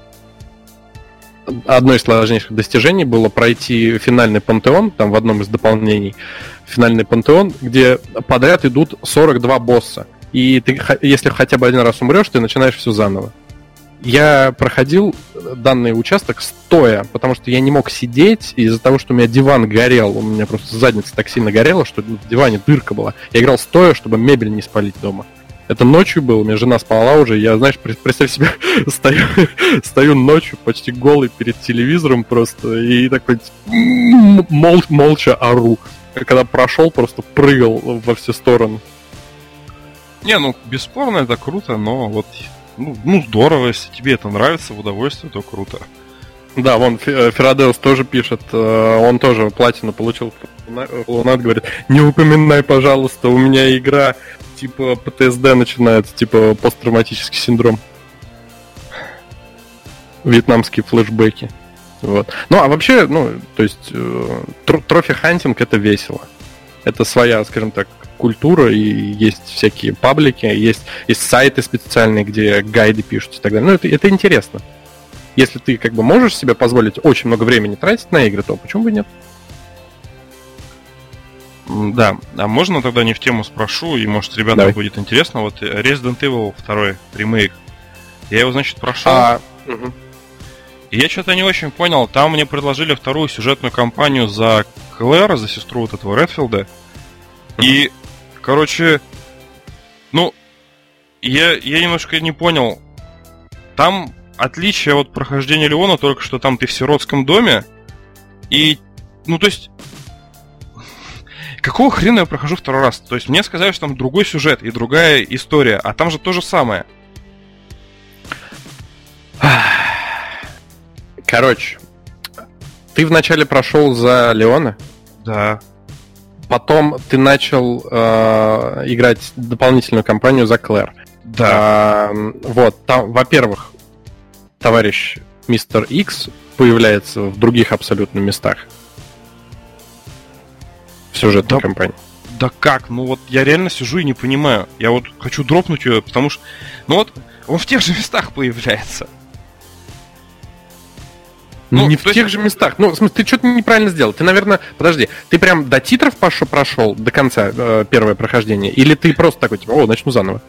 одно из сложнейших достижений было пройти финальный пантеон, там в одном из дополнений финальный пантеон, где подряд идут сорок два босса. И ты, если хотя бы один раз умрешь, ты начинаешь все заново. я проходил данный участок стоя, потому что я не мог сидеть из-за того, что у меня диван горел. У меня просто задница так сильно горела, что в диване дырка была. Я играл стоя, чтобы мебель не спалить дома. Это ночью было, у меня жена спала уже. Я, знаешь, представь себе, стою, стою ночью почти голый перед телевизором просто и такой мол, молча ору. Когда прошел, просто прыгал во все стороны. Не, ну, бесспорно, это круто, но вот... Ну, ну, здорово, если тебе это нравится, в удовольствие, то круто. Да, вон Ферадеус тоже пишет, он тоже платину получил. Лунат говорит, не упоминай, пожалуйста, у меня игра типа пэ тэ эс дэ начинается, типа посттравматический синдром. Вьетнамские флешбеки. Вот. Ну, а вообще, ну, то есть, трофи-хантинг это весело. Это своя, скажем так, культура, и есть всякие паблики, есть, есть сайты специальные, где гайды пишут и так далее. Ну, это, это интересно. Если ты как бы можешь себе позволить очень много времени тратить на игры, то почему бы нет? Да, а можно тогда не в тему спрошу, и может ребятам Давай. будет интересно. Вот Resident Evil два ремейк. Я его, значит, прошел. А... Угу. И я что-то не очень понял. Там мне предложили вторую сюжетную кампанию за Клэр, за сестру вот этого Редфилда. И, короче, ну, я, я немножко не понял. Там отличие от прохождения Леона только что там ты в сиротском доме. И, ну, то есть, какого хрена я прохожу второй раз? То есть мне сказали, что там другой сюжет и другая история, а там же то же самое. Короче, ты вначале прошел за Леона? Да. Потом ты начал э, играть дополнительную кампанию за Клэр. Да. Э, вот, там, во-первых, товарищ Мистер Икс появляется в других абсолютно местах в сюжетной да, кампании. Да как? Ну вот я реально сижу и не понимаю. Я вот хочу дропнуть ее, потому что... Ну вот, он в тех же местах появляется. Ну, не в тех есть... же местах. Ну, в смысле, ты что-то неправильно сделал. Ты, наверное, подожди, ты прям до титров пошел, прошел до конца э, первое прохождение? Или ты просто такой, типа, о, начну заново?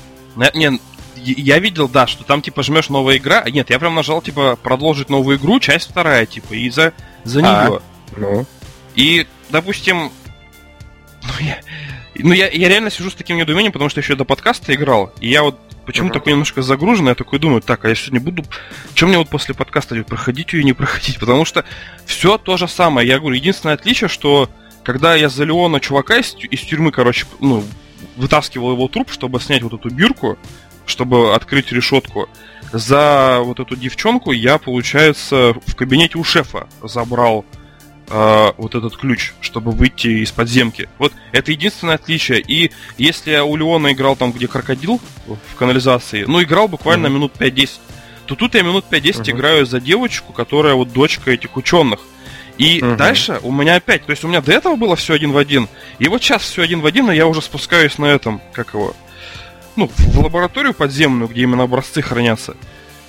Не, я видел, да, что там, типа, жмешь новая игра. Нет, я прям нажал, типа, продолжить новую игру, часть вторая, типа, и за, за нее. А, ну. И, допустим, ну, я, ну я, я реально сижу с таким недоумением, потому что еще до подкаста играл, и я вот почему uh-huh. такой немножко загруженный, я такой думаю, так, а я сегодня буду... Чем мне вот после подкаста проходить ее и не проходить? Потому что все то же самое. Я говорю, единственное отличие, что когда я за Леона чувака из, из тюрьмы, короче, ну, вытаскивал его труп, чтобы снять вот эту бирку, чтобы открыть решетку, за вот эту девчонку я, получается, в кабинете у шефа забрал э, вот этот ключ, чтобы выйти из подземки. Вот это единственное отличие. И если я у Леона играл там, где крокодил в канализации, ну, играл буквально mm-hmm. минут пять-десять, то тут я минут пять-десять mm-hmm. играю за девочку, которая вот дочка этих ученых. И mm-hmm. дальше у меня опять, то есть у меня до этого было все один в один, и вот сейчас все один в один, но я уже спускаюсь на этом, как его, ну, в лабораторию подземную, где именно образцы хранятся.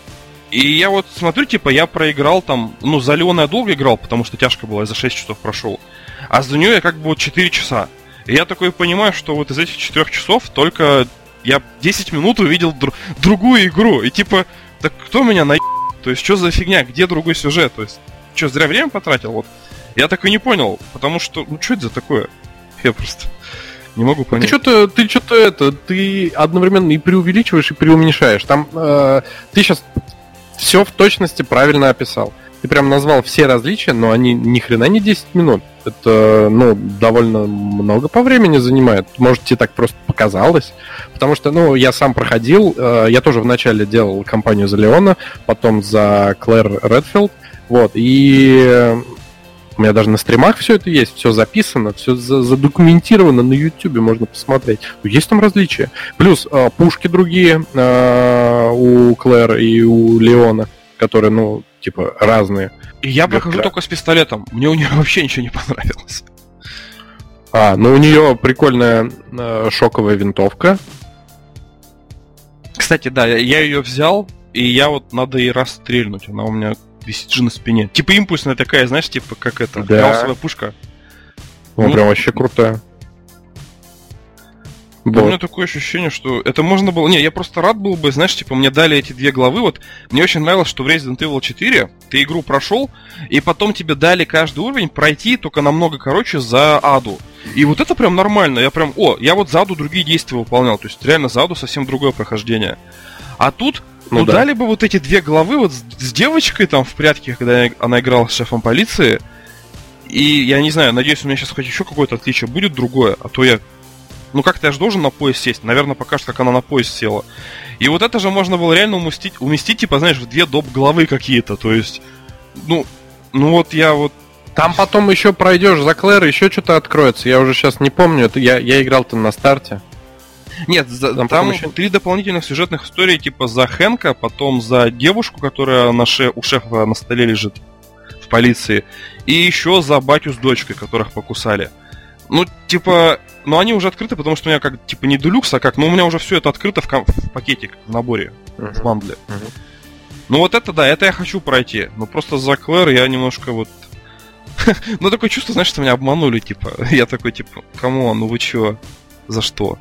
И я вот смотрю, типа, я проиграл там, ну, за Леона я долго играл, потому что тяжко было, я за шесть часов прошел, а за нее я как бы вот четыре часа. И я такой понимаю, что вот из этих четырех часов только я десять минут увидел дру- другую игру, и типа, так кто меня на***? То есть, что за фигня, где другой сюжет, то есть... Что, зря время потратил? Вот. Я так и не понял, потому что, ну что это за такое? Я просто не могу понять. Ты что-то, ты что-то это, ты одновременно и преувеличиваешь, и преуменьшаешь. Там э, ты сейчас все в точности правильно описал. Ты прям назвал все различия, но они ни хрена не десять минут. Это, ну, довольно много по времени занимает. Может, тебе так просто показалось. Потому что, ну, я сам проходил, э, я тоже вначале делал кампанию за Леона, потом за Клэр Редфилд. Вот, и у меня даже на стримах все это есть, все записано, все задокументировано на Ютубе, можно посмотреть. Есть там различия. Плюс э, пушки другие э, у Клэр и у Леона, которые, ну, типа, разные. И я прохожу только с пистолетом. Мне у нее вообще ничего не понравилось. А, ну у нее прикольная э, шоковая винтовка. Кстати, да, я ее взял, и я вот надо ей раз стрельнуть. Она у меня висит же на спине. Типа импульсная такая, знаешь, типа как это, да. гаусовая пушка. Ну, ну, прям вообще крутая. Вот. У меня такое ощущение, что это можно было... Не, я просто рад был бы, знаешь, типа, мне дали эти две главы. Вот мне очень нравилось, что в Resident Evil четыре ты игру прошел, и потом тебе дали каждый уровень пройти, только намного короче, за Аду. И вот это прям нормально. Я прям... О, я вот за Аду другие действия выполнял. То есть реально за Аду совсем другое прохождение. А тут... Ну, ну да. Дали бы вот эти две главы вот с, с девочкой там в прятки, когда она играла с шефом полиции. И я не знаю, надеюсь, у меня сейчас хоть еще какое-то отличие будет другое, а то я... Ну как-то я же должен на поезд сесть. Наверное, покажет, как она на поезд села. И вот это же можно было реально уместить, уместить типа, знаешь, в две доп. Главы какие-то. То есть, ну, ну вот я вот... Там потом еще пройдешь за Клэр, еще что-то откроется. Я уже сейчас не помню. Это я, я играл-то на старте. Нет, за, там, там еще... три дополнительных сюжетных истории, типа за Хэнка, потом за девушку, которая на ше... у шефа на столе лежит в полиции, и еще за батю с дочкой, которых покусали. Ну, типа, ну они уже открыты, потому что у меня как, типа, не делюкс, а как, ну у меня уже все это открыто в, ком... в пакетик, в наборе, uh-huh. в бандле. Uh-huh. Ну вот это да, это я хочу пройти. Ну просто за Клэр я немножко вот... Ну такое чувство, знаешь, что меня обманули, типа. Я такой, типа, камон, ну вы чё? За что?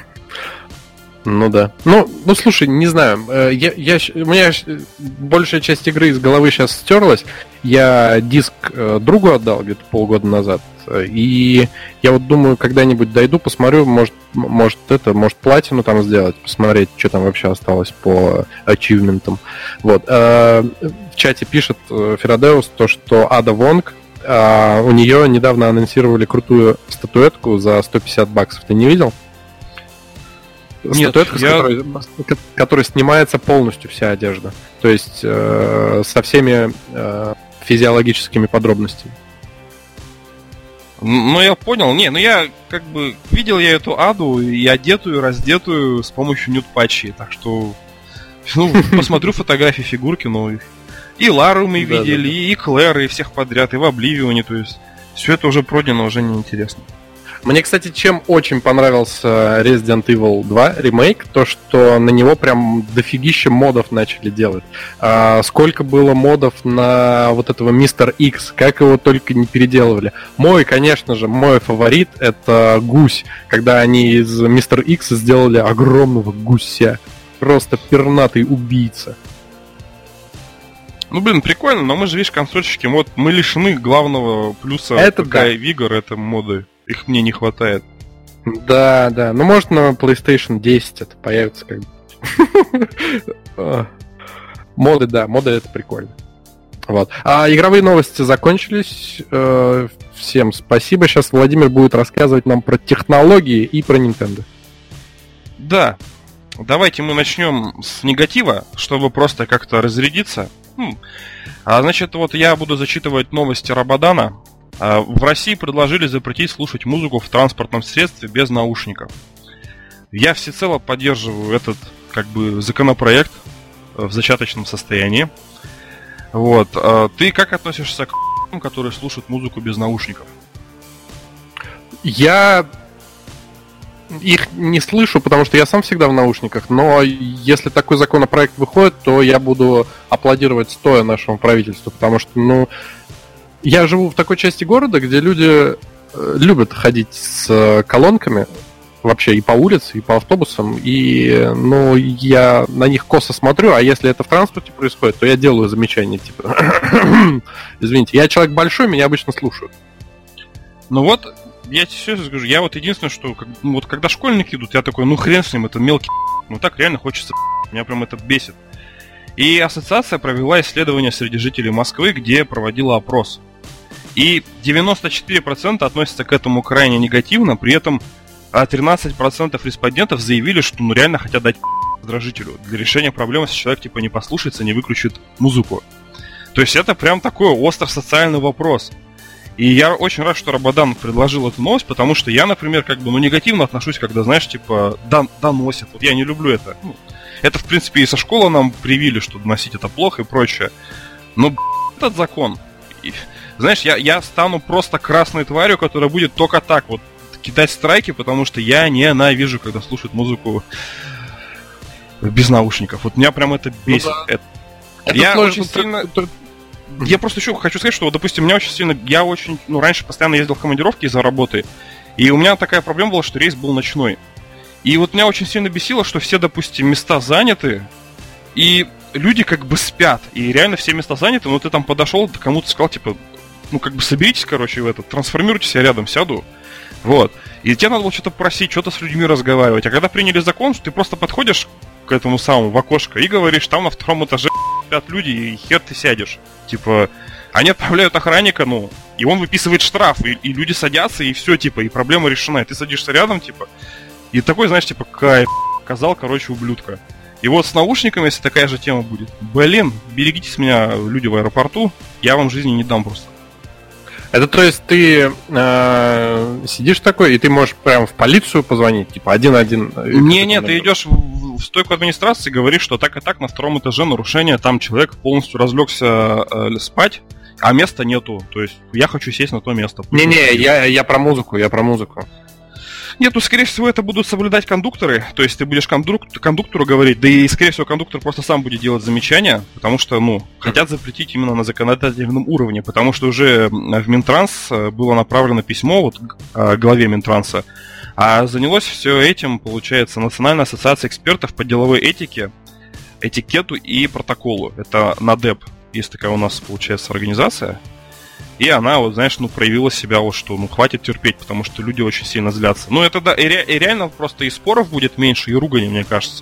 Ну да. Ну, ну слушай, не знаю. Я, я, у меня большая часть игры из головы сейчас стерлась. Я диск другу отдал где-то полгода назад. И я вот думаю, когда-нибудь дойду, посмотрю, может, может это, может платину там сделать, посмотреть, что там вообще осталось по ачивментам. Вот. В чате пишет Ферадеус то, что Ада Вонг, у нее недавно анонсировали крутую статуэтку за сто пятьдесят баксов. Ты не видел? Нет, статуэтка, я... с которой, которой снимается полностью вся одежда. То есть э, со всеми э, физиологическими подробностями. Ну, я понял. Не, ну я как бы видел я эту Аду и одетую, раздетую с помощью нюд-патчей. Так что, ну, посмотрю фотографии фигурки, ну, и Лару мы видели, и Клэр, и всех подряд, и в Обливионе. То есть все это уже пройдено, уже неинтересно. Мне, кстати, чем очень понравился Resident Evil два ремейк, то, что на него прям дофигища модов начали делать. А, сколько было модов на вот этого Мистер Икс, как его только не переделывали. Мой, конечно же, мой фаворит — это гусь, когда они из Мистер Икс сделали огромного гуся. Просто пернатый убийца. Ну, блин, прикольно, но мы же, видишь, консольщики, вот мы лишены главного плюса это ПК да. и Vigor, это моды. Их мне не хватает. Да, да. Ну, может, на PlayStation десять это появится как бы. Моды, да, моды это прикольно. Вот. А игровые новости закончились. Всем спасибо. Сейчас Владимир будет рассказывать нам про технологии и про Nintendo. Да. Давайте мы начнем с негатива, чтобы просто как-то разрядиться. А, значит, вот я буду зачитывать новости Рабадана. В России предложили запретить слушать музыку в транспортном средстве без наушников. Я всецело поддерживаю этот, как бы, законопроект в зачаточном состоянии. Вот. Ты как относишься к людям, которые слушают музыку без наушников? Я их не слышу, потому что я сам всегда в наушниках, но если такой законопроект выходит, то я буду аплодировать стоя нашему правительству, потому что, ну, я живу в такой части города, где люди любят ходить с колонками вообще и по улице, и по автобусам, и, ну, я на них косо смотрю, а если это в транспорте происходит, то я делаю замечания, типа, извините, я человек большой, меня обычно слушают. Ну вот, я тебе серьезно скажу, я вот единственное, что, ну, вот когда школьники идут, я такой, ну хрен с ним, это мелкий, ну так реально хочется, меня прям это бесит. И ассоциация провела исследование среди жителей Москвы, где проводила опрос. И девяносто четыре процента относятся к этому крайне негативно, при этом тринадцать процентов респондентов заявили, что ну реально хотят дать раздражителю для решения проблемы, если человек типа не послушается, не выключит музыку. То есть это прям такой острый социальный вопрос. И я очень рад, что Рабадан предложил эту новость, потому что я, например, как бы, ну, негативно отношусь, когда, знаешь, типа, дан- доносят. Вот я не люблю это. Ну, это, в принципе, и со школы нам привили, что доносить это плохо и прочее. Но, этот закон... И, знаешь, я, я стану просто красной тварью, которая будет только так вот кидать страйки, потому что я ненавижу, когда слушают музыку без наушников. Вот меня прям это бесит. Ну, да. это... Это я очень сильно... Я просто еще хочу сказать, что, вот, допустим, меня очень сильно... Я очень... Ну, раньше постоянно ездил в командировки из-за работы, и у меня такая проблема была, что рейс был ночной. И вот меня очень сильно бесило, что все, допустим, места заняты, и люди как бы спят, и реально все места заняты, но ты там подошел, кому-то сказал, типа, ну как бы соберитесь, короче, в этот, трансформируйтесь, я рядом сяду, вот. И тебе надо было что-то просить, что-то с людьми разговаривать. А когда приняли закон, ты просто подходишь к этому самому в окошко и говоришь, там на втором этаже спят люди, и хер ты сядешь. Типа, они отправляют охранника, ну, и он выписывает штраф, и, и люди садятся, и все, типа, и проблема решена. И ты садишься рядом, типа, и такой, знаешь, типа, кайф, казал, короче, ублюдка. И вот с наушниками, если такая же тема будет, блин, берегитесь меня, люди в аэропорту, я вам жизни не дам просто. Это то есть ты э, сидишь такой, и ты можешь прямо в полицию позвонить, типа один-один? Не-не, ты идешь в, в стойку администрации, говоришь, что так и так на втором этаже нарушение, там человек полностью разлегся э, спать, а места нету. То есть я хочу сесть на то место. Не-не, я, я про музыку, я про музыку. Нет, ну, скорее всего, это будут соблюдать кондукторы. То есть ты будешь кондук- кондуктору говорить, да и, скорее всего, кондуктор просто сам будет делать замечания, потому что, ну, хотят запретить именно на законодательном уровне, потому что уже в Минтранс было направлено письмо вот к главе Минтранса, а занялось все этим, получается, Национальная ассоциация экспертов по деловой этике, этикету и протоколу. Это НАДЭП, есть такая у нас, получается, организация. И она, вот, знаешь, ну, проявила себя, вот, что, ну, хватит терпеть, потому что люди очень сильно злятся. Ну, это, да, и, ре- и реально просто и споров будет меньше, и ругани, мне кажется.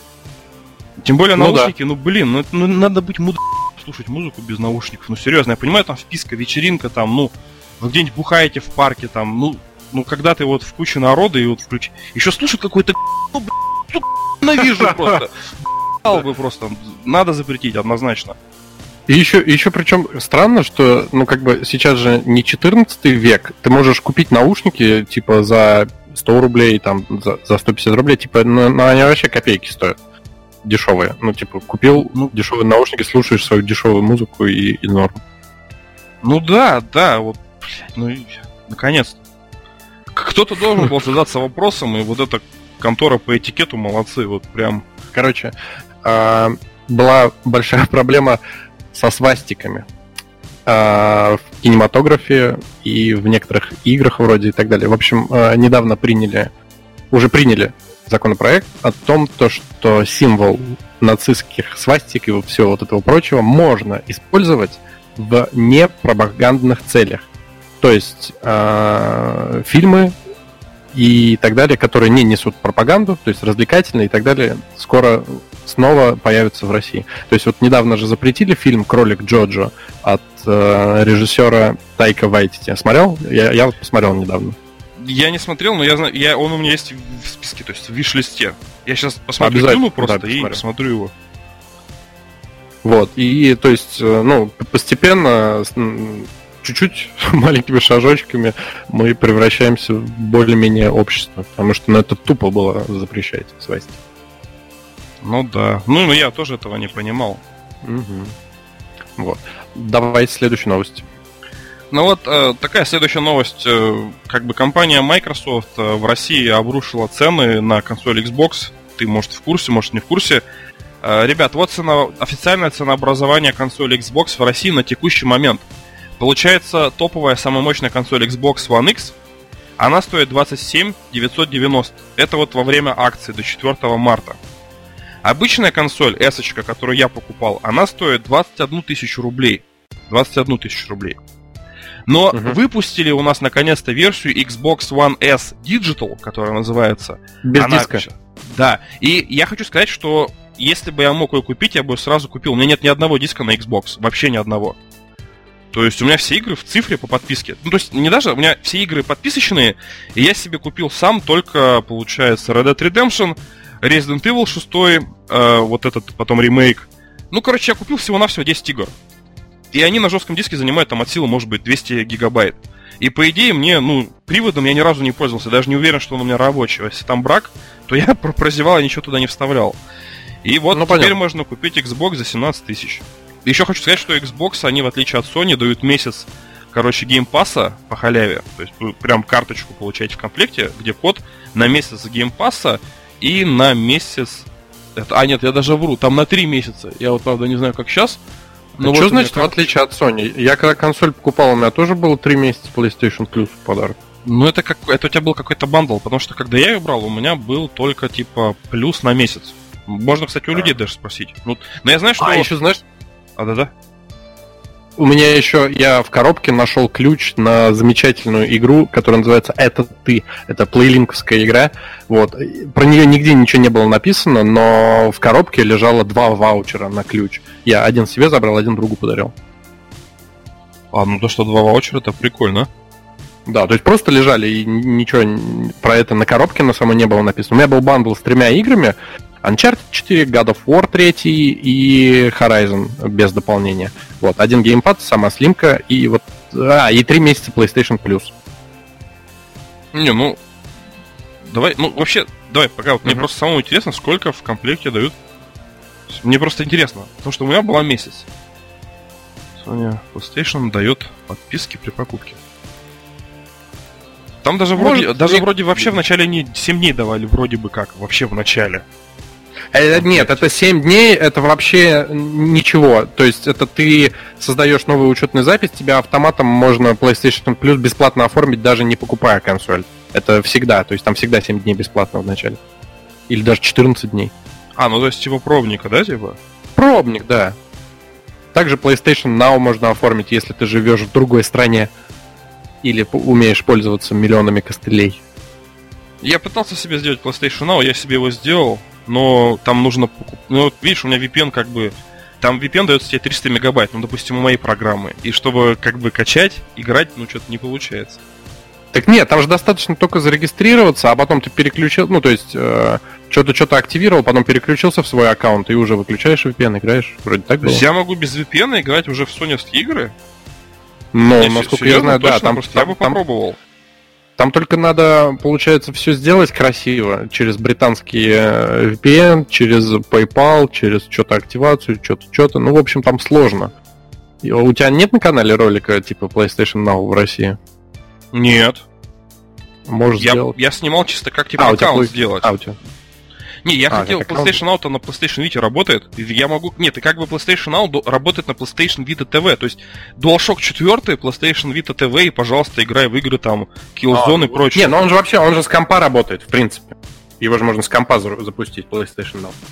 Тем более ну, наушники, да. ну, блин, ну, ну, надо быть муд... слушать музыку без наушников. Ну, серьезно, я понимаю, там вписка, вечеринка, там, ну, вы где-нибудь бухаете в парке, там, ну, ну, когда ты вот в куче народа и вот включи... Еще слушать какой-то, ну, блин, сука, ненавижу просто. Бы просто, надо запретить, однозначно. И еще, еще причем странно, что, ну, как бы, сейчас же не четырнадцатый век, ты можешь купить наушники, типа, за сто рублей, там, за, за сто пятьдесят рублей, типа, ну, ну, они вообще копейки стоят, дешевые. Ну, типа, купил ну, дешевые наушники, слушаешь свою дешевую музыку и, и норм. Ну да, да, вот, блядь, ну, наконец-то. Кто-то должен был задаться вопросом, и вот эта контора по этикету молодцы, вот прям. Короче, была большая проблема со свастиками э, в кинематографе и в некоторых играх вроде и так далее. В общем, э, недавно приняли, уже приняли законопроект о том, то, что символ нацистских свастик и всего вот этого прочего можно использовать в непропагандных целях. То есть э, фильмы и так далее, которые не несут пропаганду, то есть развлекательные и так далее, скоро снова появятся в России. То есть вот недавно же запретили фильм «Кролик Джоджо» от э, режиссера Тайка Вайтити. Смотрел? Я, я вот посмотрел недавно. Я не смотрел, но я знаю, я, он у меня есть в списке, то есть в виш-листе. Я сейчас посмотрю фильм просто да, и посмотрю его. Вот, и то есть, ну, постепенно, чуть-чуть маленькими шажочками мы превращаемся в более-менее общество, потому что, ну, это тупо было запрещать свастики. Ну да. Ну, ну я тоже этого не понимал. Угу. Вот. Давай следующую новость. Ну вот э, такая следующая новость. Э, как бы компания Microsoft э, в России обрушила цены на консоль Xbox. Ты, может, в курсе, может, не в курсе. Э, ребят, вот цена, официальное ценообразование консоли Xbox в России на текущий момент. Получается, топовая самая мощная консоль Xbox One X, она стоит двадцать семь тысяч девятьсот девяносто. Это вот во время акции до четвёртого марта. Обычная консоль S-очка, которую я покупал, она стоит двадцать одну тысячу рублей. двадцать одну тысячу рублей. Но угу. выпустили у нас наконец-то версию Xbox One S Digital, которая называется... Без она... диска. Да. И я хочу сказать, что если бы я мог ее купить, я бы ее сразу купил. У меня нет ни одного диска на Xbox. Вообще ни одного. То есть у меня все игры в цифре по подписке. Ну, то есть не даже... У меня все игры подписочные, и я себе купил сам только, получается, Red Dead Redemption, Resident Evil шесть, э, вот этот потом ремейк. Ну, короче, я купил всего-навсего десять игр. И они на жестком диске занимают там от силы, может быть, двести гигабайт. И по идее мне, ну, приводом я ни разу не пользовался. Даже не уверен, что он у меня рабочий. Если там брак, то я прозевал и ничего туда не вставлял. И вот ну, теперь понятно. Можно купить Xbox за семнадцать тысяч. Еще хочу сказать, что Xbox, они, в отличие от Sony, дают месяц, короче, геймпасса по халяве. То есть вы прям карточку получаете в комплекте, где код на месяц геймпасса и на месяц... Это... А, нет, я даже вру, там на три месяца. Я вот, правда, не знаю, как сейчас. Но а вот что значит, в отличие от Sony? Я когда консоль покупал, у меня тоже было три месяца PlayStation Plus в подарок. Ну, это, как, это у тебя был какой-то бандл, потому что когда я ее брал, у меня был только, типа, плюс на месяц. Можно, кстати, у людей даже спросить. Ну, но я знаю, что... А, еще знаешь... А, да-да. У меня еще, я в коробке нашел ключ на замечательную игру, которая называется «Это ты». Это плейлинковская игра. Вот. Про нее нигде ничего не было написано, но в коробке лежало два ваучера на ключ. Я один себе забрал, один другу подарил. А, ну то, что два ваучера, это прикольно. Да, то есть просто лежали, и ничего про это на коробке на самой не было написано. У меня был бандл с тремя играми. Uncharted четыре, God of War три и Horizon без дополнения. Вот, один геймпад, сама слимка, и вот... А, и три месяца PlayStation Plus. Не, ну... Давай, ну, вообще, давай, пока вот uh-huh. мне просто самому интересно, сколько в комплекте дают. Мне просто интересно, потому что у меня была месяц. Sony PlayStation дает подписки при покупке. Там даже Может, вроде, даже вроде вообще в начале не семь дней давали, вроде бы как, вообще в начале. Это, нет, это семь дней, это вообще ничего. То есть это ты создаешь новую учетную запись, тебя автоматом можно PlayStation Plus бесплатно оформить, даже не покупая консоль. Это всегда, то есть там всегда семь дней бесплатно в начале. Или даже четырнадцать дней. А, ну то есть типа пробника, да, типа? Пробник, да. Также PlayStation Now можно оформить, если ты живешь в другой стране. Или умеешь пользоваться миллионами костылей. Я пытался себе сделать PlayStation Now, я себе его сделал, но там нужно... Ну, вот видишь, у меня ви пи эн как бы... Там ви пи эн дается тебе триста мегабайт, ну, допустим, у моей программы. И чтобы как бы качать, играть, ну, что-то не получается. Так нет, там же достаточно только зарегистрироваться, а потом ты переключил... Ну, то есть, э, что-то что-то активировал, потом переключился в свой аккаунт и уже выключаешь ви пи эн, играешь. Вроде так было. То есть я могу без ви пи эн играть уже в соневские игры? Ну, насколько я знаю, да, там, я бы попробовал. Там только надо, получается, все сделать красиво через британские ви пи эн, через PayPal, через что-то активацию, что-то, что-то. Ну, в общем, там сложно. И у тебя нет на канале ролика типа PlayStation Now в России? Нет. Можешь я, сделать. Я снимал чисто как типа а, аккаунт тебя... сделать. А, у тебя... Не, я а, хотел PlayStation Now-то на PlayStation Vita работает. Я могу... Нет, и как бы PlayStation Now работает на PlayStation Vita ти ви. То есть DualShock четыре, PlayStation Vita ти ви, и, пожалуйста, играй в игры там Killzone а, и прочее. Не, ну он же вообще, он же с компа работает, в принципе. Его же можно с компа запустить, PlayStation Now.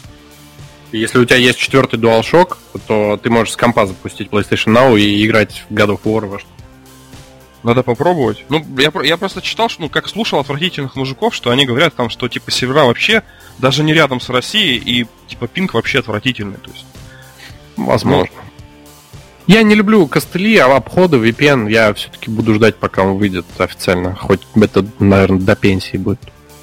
И если у тебя есть четвертый DualShock, то ты можешь с компа запустить PlayStation Now и играть в God of War во что. Надо попробовать. Ну, я, я просто читал, что, ну, как слушал отвратительных мужиков, что они говорят там, что, типа, сервера вообще даже не рядом с Россией, и, типа, пинг вообще отвратительный, то есть... Возможно. Ну... Я не люблю костыли, а обходы, ви пи эн я все-таки буду ждать, пока он выйдет официально. Хоть это, наверное, до пенсии будет.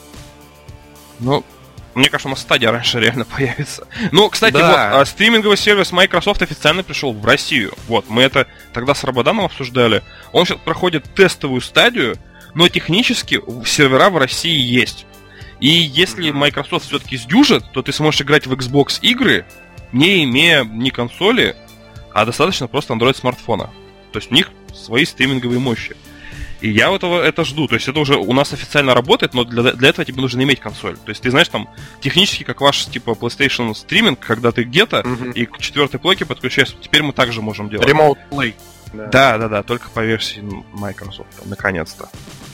Ну, мне кажется, у нас стадия раньше реально появится. Ну, кстати, да. вот, а, стриминговый сервис Microsoft официально пришел в Россию. Вот, мы это тогда с Рабаданом обсуждали. Он сейчас проходит тестовую стадию, но технически сервера в России есть. И если Microsoft все-таки сдюжит, то ты сможешь играть в Xbox игры, не имея ни консоли, а достаточно просто Android-смартфона. То есть у них свои стриминговые мощи. И я этого это жду. То есть это уже у нас официально работает, но для, для этого тебе нужно иметь консоль. То есть ты знаешь, там технически как ваш типа PlayStation стриминг, когда ты где-то mm-hmm. и к четвертой плойке подключаешься, теперь мы также можем делать. Remote Play. Да, да, да, только по версии Microsoft, наконец-то.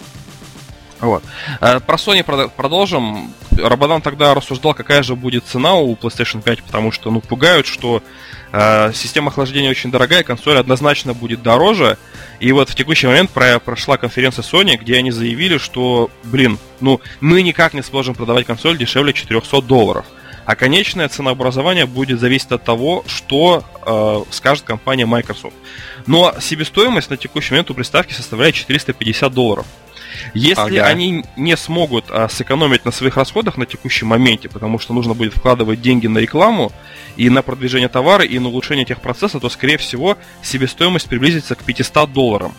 Вот. Про Sony продолжим. Рабадан тогда рассуждал, какая же будет цена у PlayStation пять, потому что, ну, пугают, что э, система охлаждения очень дорогая, консоль однозначно будет дороже. И вот в текущий момент про, прошла конференция Sony, где они заявили, что, блин, ну, мы никак не сможем продавать консоль дешевле четыреста долларов. А конечная ценообразование будет зависеть от того, что э, скажет компания Microsoft. Но себестоимость на текущий момент у приставки составляет четыреста пятьдесят долларов. Если ага. они не смогут а, сэкономить на своих расходах на текущем моменте, потому что нужно будет вкладывать деньги на рекламу и на продвижение товара, и на улучшение техпроцесса, то, скорее всего, себестоимость приблизится к пятьсот долларам.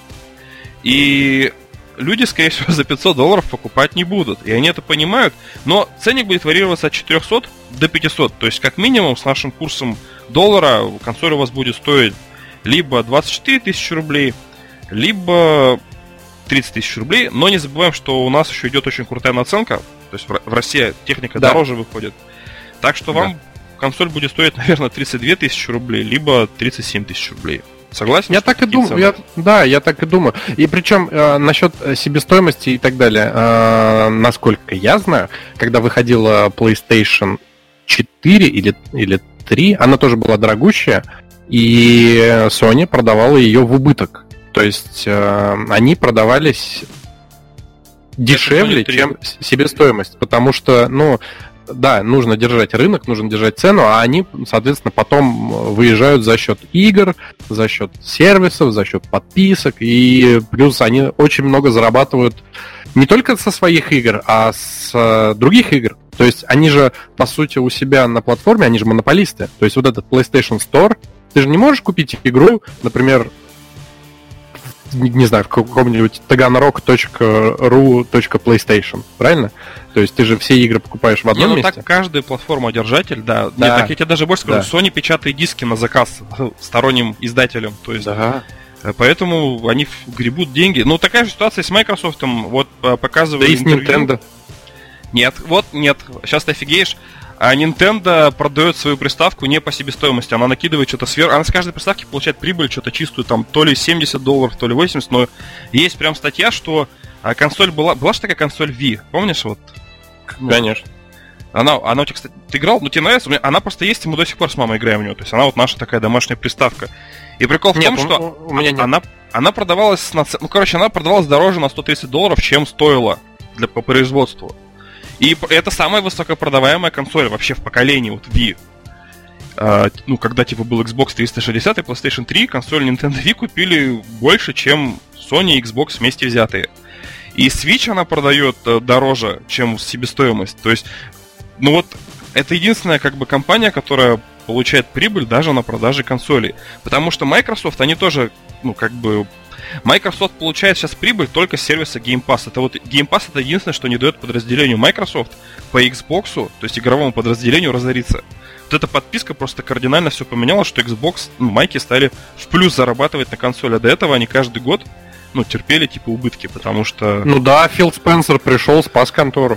И люди, скорее всего, за пятьсот долларов покупать не будут. И они это понимают, но ценник будет варьироваться от четырехсот до пятисот. То есть, как минимум, с нашим курсом доллара консоль у вас будет стоить либо двадцать четыре тысячи рублей, либо тридцать тысяч рублей, но не забываем, что у нас еще идет очень крутая наценка, то есть в России техника да. дороже выходит. Так что вам да. консоль будет стоить, наверное, тридцать две тысячи рублей, либо тридцать семь тысяч рублей. Согласен? Я так и думаю, я, да, я так и думаю. И причем э, насчет себестоимости и так далее, э, насколько я знаю, когда выходила PlayStation четыре или, или три, она тоже была дорогущая, и Sony продавала ее в убыток. То есть э, они продавались дешевле, чем себестоимость, потому что, ну, да, нужно держать рынок, нужно держать цену, а они, соответственно, потом выезжают за счет игр, за счет сервисов, за счет подписок, и плюс они очень много зарабатывают не только со своих игр, а с других игр. То есть они же, по сути, у себя на платформе, они же монополисты. То есть вот этот PlayStation Store, ты же не можешь купить игру, например, не знаю, в каком-нибудь таганрог точка ру точка плейстейшн, правильно? То есть ты же все игры покупаешь в одном не, ну месте. Так каждый платформодержатель, да. да. Нет, так я тебе даже больше скажу, да. Sony печатает диски на заказ сторонним издателям. То есть, да. Поэтому они гребут деньги. Ну, такая же ситуация с Microsoft. Вот показывают. Да и с Nintendo. Нет, вот нет. Сейчас ты офигеешь. А Nintendo продает свою приставку не по себестоимости. Она накидывает что-то сверху. Она с каждой приставки получает прибыль, что-то чистую, там, то ли семьдесят долларов, то ли восемьдесят. Но есть прям статья, что консоль была... Была же такая консоль Wii, помнишь? Вот? Конечно. Она, она у тебя, кстати, ты играл? Ну, тебе нравится? Она просто есть, и мы до сих пор с мамой играем в нее. То есть она вот наша такая домашняя приставка. И прикол в нет, том, что у, у меня нет. Она, она продавалась... На... Ну, короче, она продавалась дороже на сто тридцать долларов, чем стоила для, по производству. И это самая высокопродаваемая консоль вообще в поколении, вот Wii. А, ну, когда типа был Xbox триста шестьдесят и PlayStation три, консоль Nintendo Wii купили больше, чем Sony и Xbox вместе взятые. И Switch она продает дороже, чем себестоимость. То есть, ну вот, это единственная как бы компания, которая получает прибыль даже на продаже консолей. Потому что Microsoft, они тоже, ну, как бы... Microsoft получает сейчас прибыль только с сервиса Game Pass. Это вот Game Pass это единственное, что не дает подразделению Microsoft по Xbox, то есть игровому подразделению, разориться. Вот эта подписка просто кардинально все поменяла, что Xbox, ну, майки стали в плюс зарабатывать на консоли. А до этого они каждый год, ну, терпели типа убытки, потому что... Ну да, Фил Спенсер пришел, спас контору.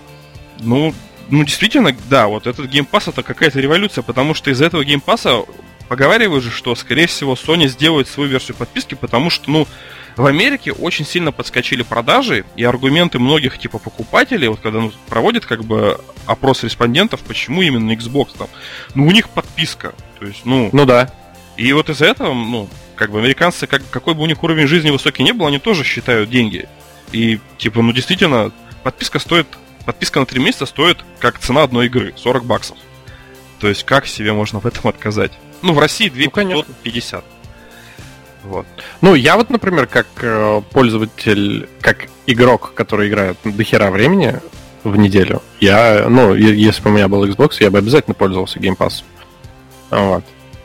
Ну, ну действительно, да, вот этот Game Pass это какая-то революция, потому что из-за этого Game Pass поговариваю же, что, скорее всего, Sony сделает свою версию подписки, потому что, ну, в Америке очень сильно подскочили продажи, и аргументы многих, типа, покупателей, вот когда ну, проводят, как бы, опрос респондентов, почему именно Xbox там, ну, у них подписка, то есть, ну... Ну да. И вот из-за этого, ну, как бы, американцы, как, какой бы у них уровень жизни высокий не был, они тоже считают деньги. И, типа, ну, действительно, подписка стоит, подписка на три месяца стоит, как цена одной игры, сорок баксов. То есть, как себе можно в этом отказать? Ну, в России две тысячи пятьсот пятьдесят. Вот. Ну, я вот, например, как э, пользователь, как игрок, который играет до хера времени в неделю, я, ну, если бы у меня был Xbox, я бы обязательно пользовался Game Pass. Вот.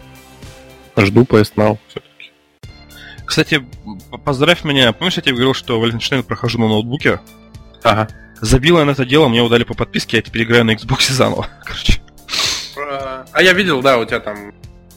Жду пи эс Now все-таки. Кстати, поздравь меня. Помнишь, я тебе говорил, что Wolfenstein прохожу на ноутбуке? Ага. Забил я на это дело, мне удали по подписке, я теперь играю на Xbox заново. Короче. А я видел, да, у тебя там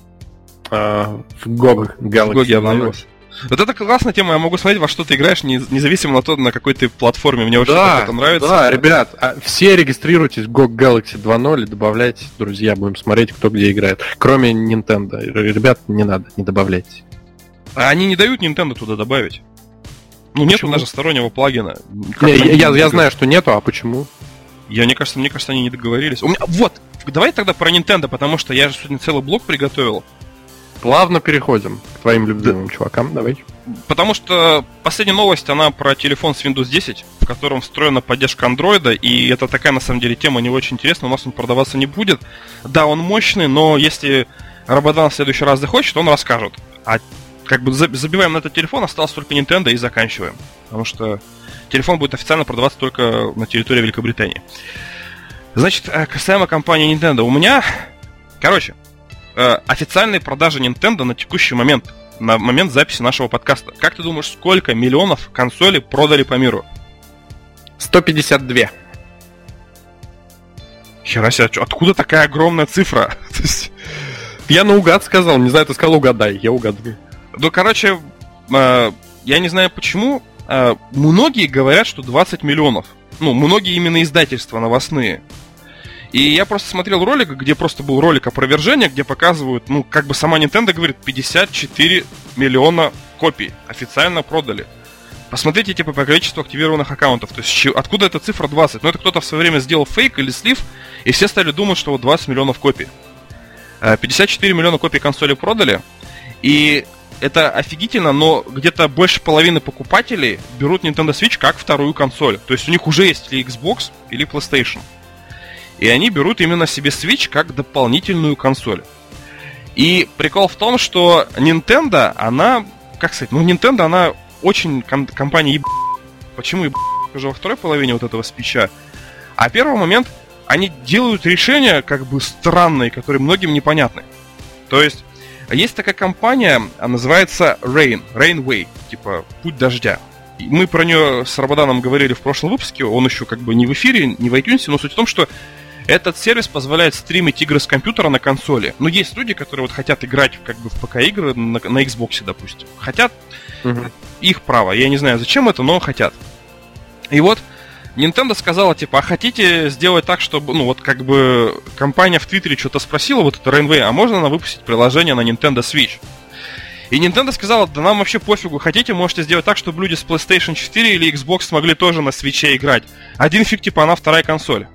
Uh, в Гог Galaxy обновился. Вот это классная тема, я могу смотреть, во что ты играешь, независимо от того, на какой ты платформе. Мне очень да, это нравится. Да, ребят, все регистрируйтесь в Гог Galaxy два ноль и добавляйте, друзья, будем смотреть, кто где играет. Кроме Nintendo. Ребят, не надо, не добавляйте. А они не дают Nintendo туда добавить. Ну, почему? Нету даже стороннего плагина. Не, я, я, я знаю, что нету, а почему? Я, мне кажется, мне кажется, они не договорились. У меня... Вот, давай тогда про Nintendo, потому что я же сегодня целый блок приготовил. Плавно переходим к твоим любимым да. чувакам, давай. Потому что последняя новость, она про телефон с Windows десять, в котором встроена поддержка Android, и это такая, на самом деле, тема не очень интересная, у нас он продаваться не будет. Да, он мощный, но если Рабадан в следующий раз захочет, он расскажет. А как бы забиваем на этот телефон, осталось только Nintendo и заканчиваем. Потому что телефон будет официально продаваться только на территории Великобритании. Значит, касаемо компании Nintendo, у меня... Короче... официальные продажи Nintendo на текущий момент, на момент записи нашего подкаста. Как ты думаешь, сколько миллионов консолей продали по миру? сто пятьдесят два. Хера себе, откуда такая огромная цифра? Я наугад сказал, не знаю, ты сказал угадай, я угадываю. Ну, короче, я не знаю почему, многие говорят, что двадцать миллионов. Ну, многие именно издательства новостные. И я просто смотрел ролик, где просто был ролик опровержения, где показывают, ну, как бы сама Nintendo говорит, пятьдесят четыре миллиона копий официально продали. Посмотрите, типа, по количеству активированных аккаунтов. То есть, откуда эта цифра двадцать? Ну, это кто-то в свое время сделал фейк или слив, и все стали думать, что вот двадцать миллионов копий. пятьдесят четыре миллиона копий консоли продали, и это офигительно, но где-то больше половины покупателей берут Nintendo Switch как вторую консоль. То есть, у них уже есть или Xbox, или PlayStation. И они берут именно себе Switch как дополнительную консоль. И прикол в том, что Nintendo, она, как сказать, ну, Nintendo, она очень ком- компания еб... Почему еб... уже во второй половине вот этого спича. А первый момент, они делают решения, как бы, странные, которые многим непонятны. То есть, есть такая компания, она называется Rain, Rainway, типа, путь дождя. И мы про нее с Рабаданом говорили в прошлом выпуске, он еще как бы не в эфире, не в iTunes, но суть в том, что этот сервис позволяет стримить игры с компьютера на консоли. Ну, есть люди, которые вот хотят играть как бы в ПК-игры на, на Xbox, допустим. Хотят, угу. Их право. Я не знаю, зачем это, но хотят. И вот Nintendo сказала, типа, а хотите сделать так, чтобы, ну, вот как бы компания в Твиттере что-то спросила, вот это Rainway, а можно она выпустить приложение на Nintendo Switch? И Nintendo сказала, да нам вообще пофигу, хотите, можете сделать так, чтобы люди с PlayStation четыре или Xbox смогли тоже на Switch'е играть. Один фиг, типа, она вторая консоль.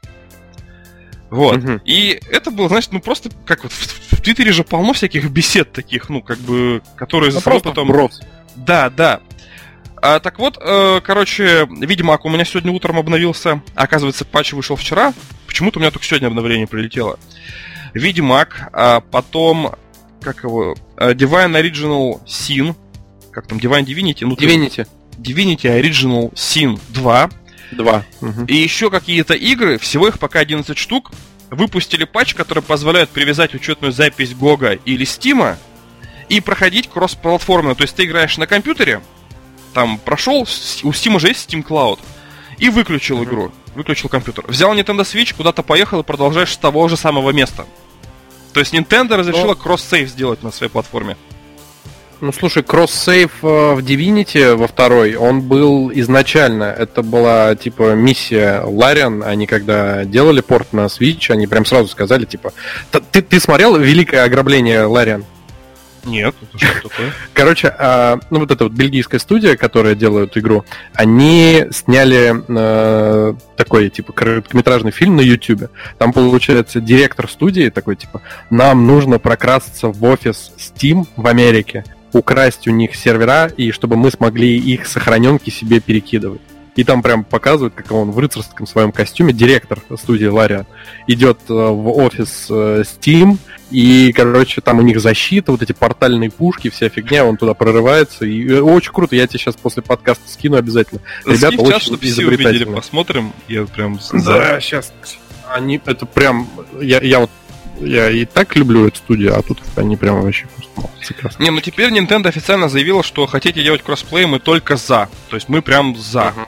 Вот. Uh-huh. И это было, значит, ну просто как вот в, в Твиттере же полно всяких бесед таких, ну, как бы, которые за собой потом. Брос. Да, да. А, так вот, э, короче, Ведьмак у меня сегодня утром обновился. Оказывается, патч вышел вчера. Почему-то у меня только сегодня обновление прилетело. Ведьмак, а потом, как его, Divine Original Sin. Как там, Divine Divinity? Ну, Divinity. Divinity Original Sin два. Два. Угу. И еще какие-то игры, всего их пока одиннадцать штук, выпустили патч, который позволяет привязать учетную запись Гога или Стима и проходить кросс-платформенно. То есть ты играешь на компьютере, там прошел, у Steam уже есть Steam Cloud, и выключил uh-huh. игру, выключил компьютер. Взял Nintendo Switch, куда-то поехал и продолжаешь с того же самого места. То есть Nintendo разрешила Но... кросс-сейв сделать на своей платформе. Ну, слушай, кросс-сейв в Divinity во второй, он был изначально, это была, типа, миссия Larian, они когда делали порт на Switch, они прям сразу сказали, типа, ты, ты смотрел «Великое ограбление Larian»? Нет, это что такое? Короче, а, ну вот эта вот бельгийская студия, которая делает игру, они сняли а, такой, типа, короткометражный фильм на YouTube. Там, получается, директор студии такой, типа, нам нужно прокрасться в офис Steam в Америке, украсть у них сервера, и чтобы мы смогли их сохраненки себе перекидывать. И там прям показывают, как он в рыцарском своем костюме, директор студии Larian, идет в офис Steam, и, короче, там у них защита, вот эти портальные пушки, вся фигня, он туда прорывается, и очень круто, я тебе сейчас после подкаста скину обязательно. Ребята Скинь очень час, изобретательные. Посмотрим, я прям... Да, сейчас. Они, это прям, я, я вот Я и так люблю эту студию, а тут они прям вообще просто молодцы, красавцы. Не, ну теперь Nintendo официально заявила, что хотите делать кроссплей, мы только за. То есть мы прям за. Uh-huh.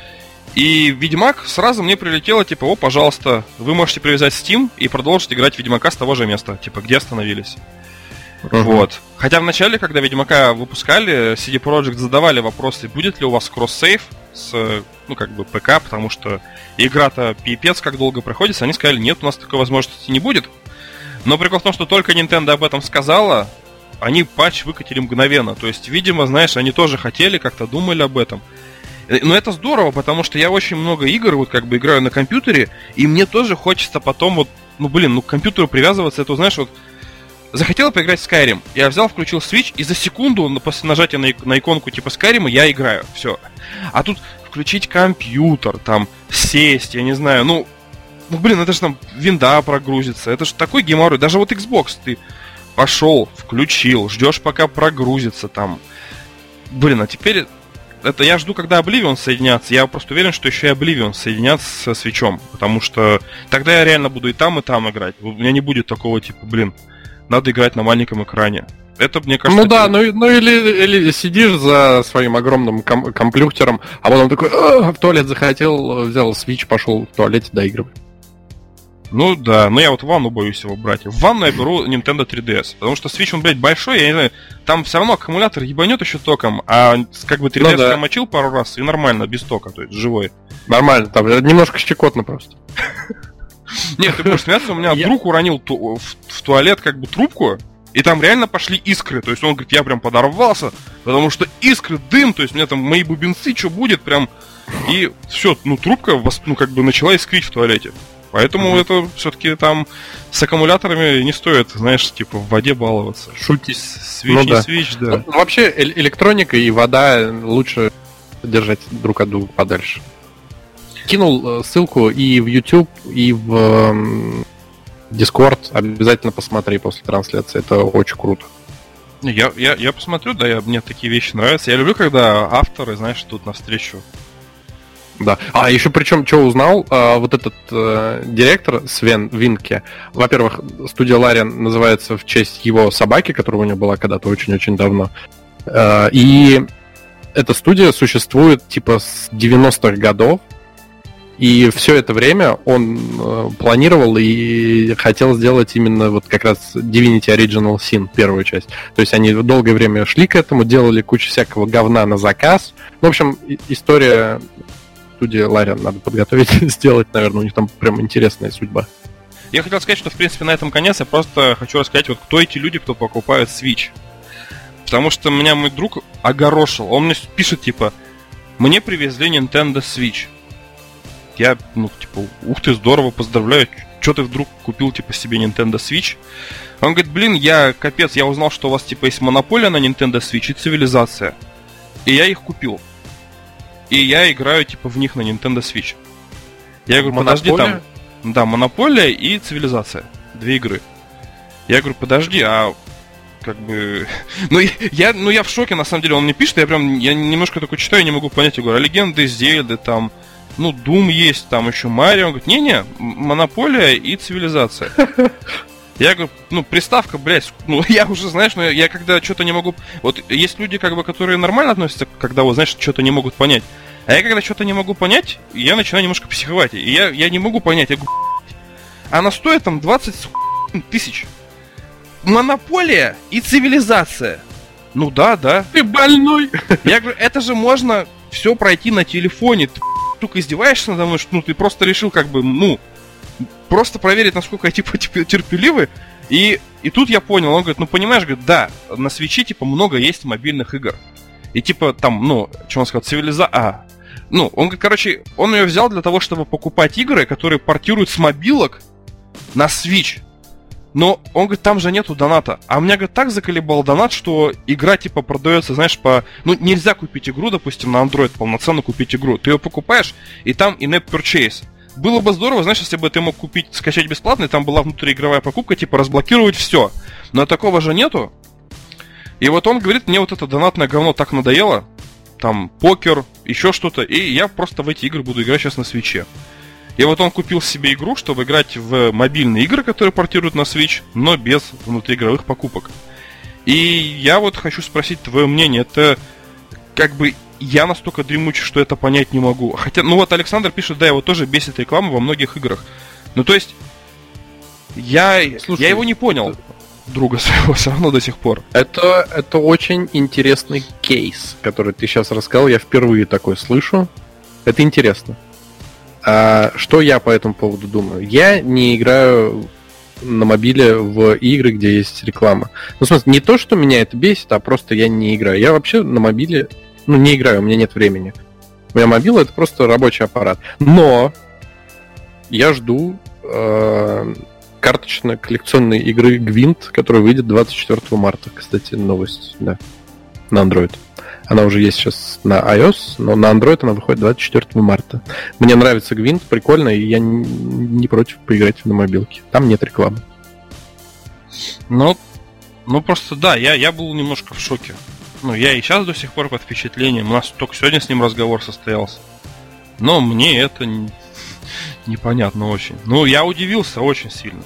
И Ведьмак сразу мне прилетело, типа, о, пожалуйста, вы можете привязать Steam и продолжить играть в Ведьмака с того же места, типа, где остановились. Uh-huh. Вот. Хотя в начале, когда Ведьмака выпускали, си ди Projekt задавали вопросы, будет ли у вас кросс-сейв с, ну, как бы, ПК, потому что игра-то пипец как долго проходится. Они сказали, нет, у нас такой возможности не будет. Но прикол в том, что только Nintendo об этом сказала, они патч выкатили мгновенно. То есть, видимо, знаешь, они тоже хотели, как-то думали об этом. Но это здорово, потому что я очень много игр вот как бы играю на компьютере, и мне тоже хочется потом вот, ну блин, ну к компьютеру привязываться, это, знаешь, вот захотел поиграть в Skyrim, я взял, включил Switch, и за секунду после нажатия на, на иконку типа Skyrim я играю, все. А тут включить компьютер, там, сесть, я не знаю, ну, ну блин, это же там винда прогрузится, это же такой геморрой, даже вот Xbox ты пошел, включил, ждешь пока прогрузится там. Блин, а теперь... Это я жду, когда Oblivion соединятся. Я просто уверен, что еще и Oblivion соединятся со Switch'ом. Потому что тогда я реально буду и там, и там играть. У меня не будет такого типа, блин, надо играть на маленьком экране. Это, мне кажется... Ну да, ну, ну или, или сидишь за своим огромным ком- компьютером, а потом такой, в туалет захотел, взял Switch, пошел в туалете доигрывать. Ну да, но я вот в ванну боюсь его брать. В ванну я беру Nintendo три ди эс, потому что Switch, он, блядь, большой, я не знаю, там все равно аккумулятор ебанет еще током, а как бы три ди эс ну, да. мочил пару раз, и нормально, без тока, то есть живой. Нормально, там немножко щекотно просто. Нет, ты будешь смеяться, у меня друг уронил в туалет как бы трубку, и там реально пошли искры. То есть он говорит, я прям подорвался, потому что искры, дым, то есть у меня там мои бубенцы, что будет, прям... И все, ну трубка, ну как бы начала искрить в туалете. Поэтому mm-hmm. это все-таки там с аккумуляторами не стоит, знаешь, типа в воде баловаться. Шутить. Свич ну, не да. свич, да. Ну, вообще электроника и вода лучше держать друг от друга подальше. Кинул ссылку и в YouTube, и в Discord. Обязательно посмотри после трансляции. Это очень круто. Я, я, я посмотрю, да, я, мне такие вещи нравятся. Я люблю, когда авторы, знаешь, тут навстречу. Да. А еще причем, что узнал, а, вот этот а, директор Свен Винке, во-первых, студия Лариан называется в честь его собаки, которая у него была когда-то очень-очень давно. А, и эта студия существует типа с девяностых годов. И все это время он э, планировал и хотел сделать именно вот как раз Divinity Original Sin, первую часть. То есть они долгое время шли к этому, делали кучу всякого говна на заказ. В общем, история студии Лариан надо подготовить, сделать, наверное, у них там прям интересная судьба. Я хотел сказать, что, в принципе, на этом конец. Я просто хочу рассказать, вот кто эти люди, кто покупает Switch. Потому что меня мой друг огорошил. Он мне пишет, типа, мне привезли Nintendo Switch. Я, ну, типа, ух ты, здорово, поздравляю. Чё ты вдруг купил, типа, себе Nintendo Switch? Он говорит, блин, я, капец, я узнал, что у вас, типа, есть монополия на Nintendo Switch и цивилизация. И я их купил. И я играю, типа, в них на Nintendo Switch. Я говорю, подожди, там... Да, монополия и цивилизация. Две игры. Я говорю, подожди, а... Как бы... Ну я, ну, я в шоке, на самом деле. Он мне пишет, я прям... Я немножко такое читаю, не могу понять. Я говорю, а Легенды Зельды, там... Ну, Doom есть, там еще Марио. Он говорит, не-не, монополия и цивилизация. Я говорю, ну, приставка, блядь, ну, я уже, знаешь, ну, я, я когда что-то не могу... Вот есть люди, как бы, которые нормально относятся, когда, вот, знаешь, что-то не могут понять. А я когда что-то не могу понять, я начинаю немножко психовать. И я, я не могу понять. Я говорю, она стоит там двадцать тысяч. Монополия и цивилизация. Ну да, да. Ты больной. Я говорю, это же можно все пройти на телефоне. Ты, только издеваешься надо мной, что ну, ты просто решил, как бы, ну... Просто проверить, насколько я, типа, терпеливый. И, и тут я понял, он говорит, ну, понимаешь, говорит, да, на Switch, типа, много есть мобильных игр. И, типа, там, ну, что он сказал, цивилиза... А, ну, он, короче, он ее взял для того, чтобы покупать игры, которые портируют с мобилок на Switch. Но он говорит, там же нету доната. А меня, говорит, так заколебал донат, что игра, типа, продается, знаешь, по... Ну, нельзя купить игру, допустим, на Android полноценно купить игру. Ты ее покупаешь, и там in-app purchase. Было бы здорово, знаешь, если бы ты мог купить, скачать бесплатно, и там была внутриигровая покупка, типа разблокировать все. Но такого же нету. И вот он говорит, мне вот это донатное говно так надоело. Там покер, еще что-то. И я просто в эти игры буду играть сейчас на Switch. И вот он купил себе игру, чтобы играть в мобильные игры, которые портируют на Switch, но без внутриигровых покупок. И я вот хочу спросить твое мнение. Это как бы... Я настолько дремучий, что это понять не могу. Хотя, ну вот Александр пишет, да, его тоже бесит реклама во многих играх. Ну то есть, я, Слушай, я его не понял, друга своего, все равно до сих пор. Это, это очень интересный кейс, который ты сейчас рассказал. Я впервые такой слышу. Это интересно. А что я по этому поводу думаю? Я не играю на мобиле в игры, где есть реклама. Ну, в смысле, не то, что меня это бесит, а просто я не играю. Я вообще на мобиле... Ну, не играю, у меня нет времени. У меня мобила — это просто рабочий аппарат. Но я жду э, карточной коллекционной игры Гвинт, которая выйдет двадцать четвёртого марта. Кстати, новость, да, на Android. Она уже есть сейчас на iOS, но на Android она выходит двадцать четвёртого марта. Мне нравится Гвинт, прикольно, и я не, не против поиграть на мобилке. Там нет рекламы. Ну, ну просто да, я, я был немножко в шоке. Ну, я и сейчас до сих пор под впечатлением. У нас только сегодня с ним разговор состоялся. Но мне это не... непонятно очень. Ну, я удивился очень сильно.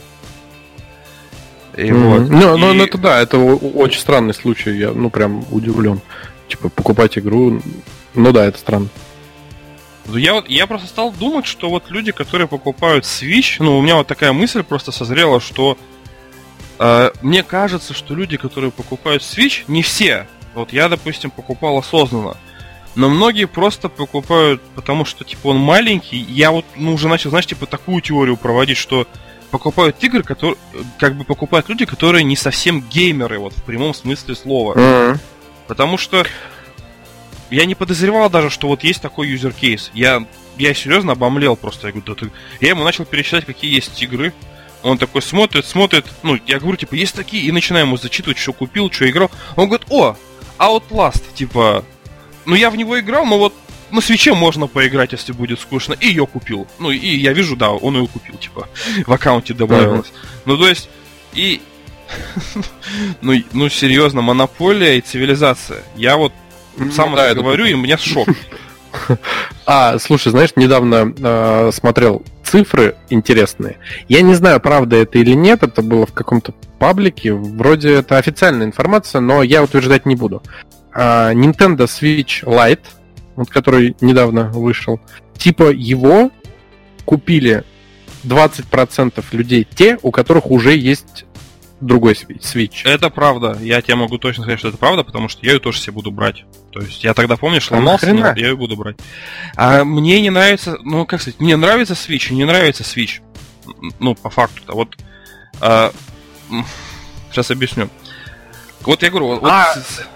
И mm-hmm. вот. Ну, и... ну, ну, это да, это очень странный случай. Я, ну, прям удивлен. Типа, покупать игру... Ну да, это странно. Я, вот, я просто стал думать, что вот люди, которые покупают Switch... Ну, у меня вот такая мысль просто созрела, что... Э, мне кажется, что люди, которые покупают Switch, не все... Вот я, допустим, покупал осознанно. Но многие просто покупают, потому что, типа, он маленький. Я вот, ну, уже начал, знаешь, типа, такую теорию проводить, что покупают игры, которые, как бы покупают люди, которые не совсем геймеры, вот, в прямом смысле слова. Mm-hmm. Потому что я не подозревал даже, что вот есть такой юзер-кейс. Я, я серьезно обомлел просто. Я, говорю, да ты... я ему начал перечислять, какие есть игры. Он такой смотрит, смотрит. Ну, я говорю, типа, есть такие. И начинаю ему зачитывать, что купил, что играл. Он говорит, о, Outlast, типа... Ну, я в него играл, но вот на свитче можно поиграть, если будет скучно. И ее купил. Ну, и я вижу, да, он ее купил, типа, в аккаунте добавилось. Uh-huh. Ну, то есть, и... ну, ну, серьезно, монополия и цивилизация. Я вот ну, сам да, это говорю, это... и у меня шок. А, слушай, знаешь, недавно э, смотрел цифры интересные. Я не знаю, правда это или нет, это было в каком-то паблике. Вроде это официальная информация, но я утверждать не буду. Uh, Nintendo Switch Lite, вот который недавно вышел, типа его купили двадцать процентов людей, те, у которых уже есть другой Switch. Это правда. Я тебе могу точно сказать, что это правда, потому что я ее тоже себе буду брать. То есть я тогда, помнишь, ломался, но я ее буду брать. А мне не нравится, ну, как сказать, мне нравится Switch и не нравится Switch. Ну, по факту-то. Вот а, сейчас объясню. Вот я говорю, вот... А...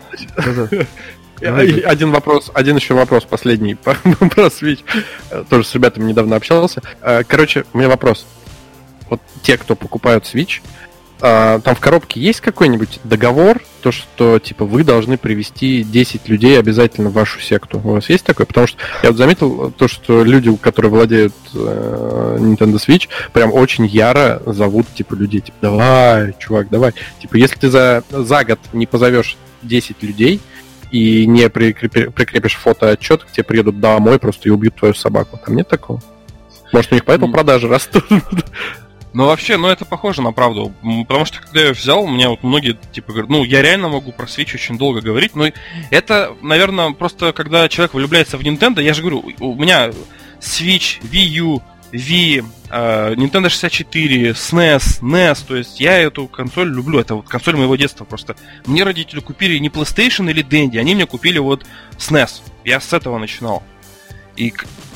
Один вопрос, один еще вопрос последний про Switch. Тоже с ребятами недавно общался. Короче, у меня вопрос. Вот те, кто покупают Switch, там в коробке есть какой-нибудь договор, то, что типа вы должны привести десять людей обязательно в вашу секту? У вас есть такое? Потому что я вот заметил то, что люди, которые владеют э, Nintendo Switch, прям очень яро зовут типа людей, типа, давай, чувак, давай. Типа, если ты за, за год не позовешь десять людей и не прикрепи, прикрепишь фотоотчет, к тебе приедут домой просто и убьют твою собаку. Там нет такого? Может, у них поэтому продажи растут? Ну, вообще, ну, это похоже на правду. Потому что, когда я ее взял, у меня вот многие, типа, говорят, ну, я реально могу про Switch очень долго говорить, но это, наверное, просто, когда человек влюбляется в Nintendo, я же говорю, у меня Switch, Wii U, Wii, uh, Nintendo шестьдесят четыре, снес, нес, то есть я эту консоль люблю, это вот консоль моего детства просто. Мне родители купили не PlayStation или Dendy, они мне купили вот снес. Я с этого начинал. И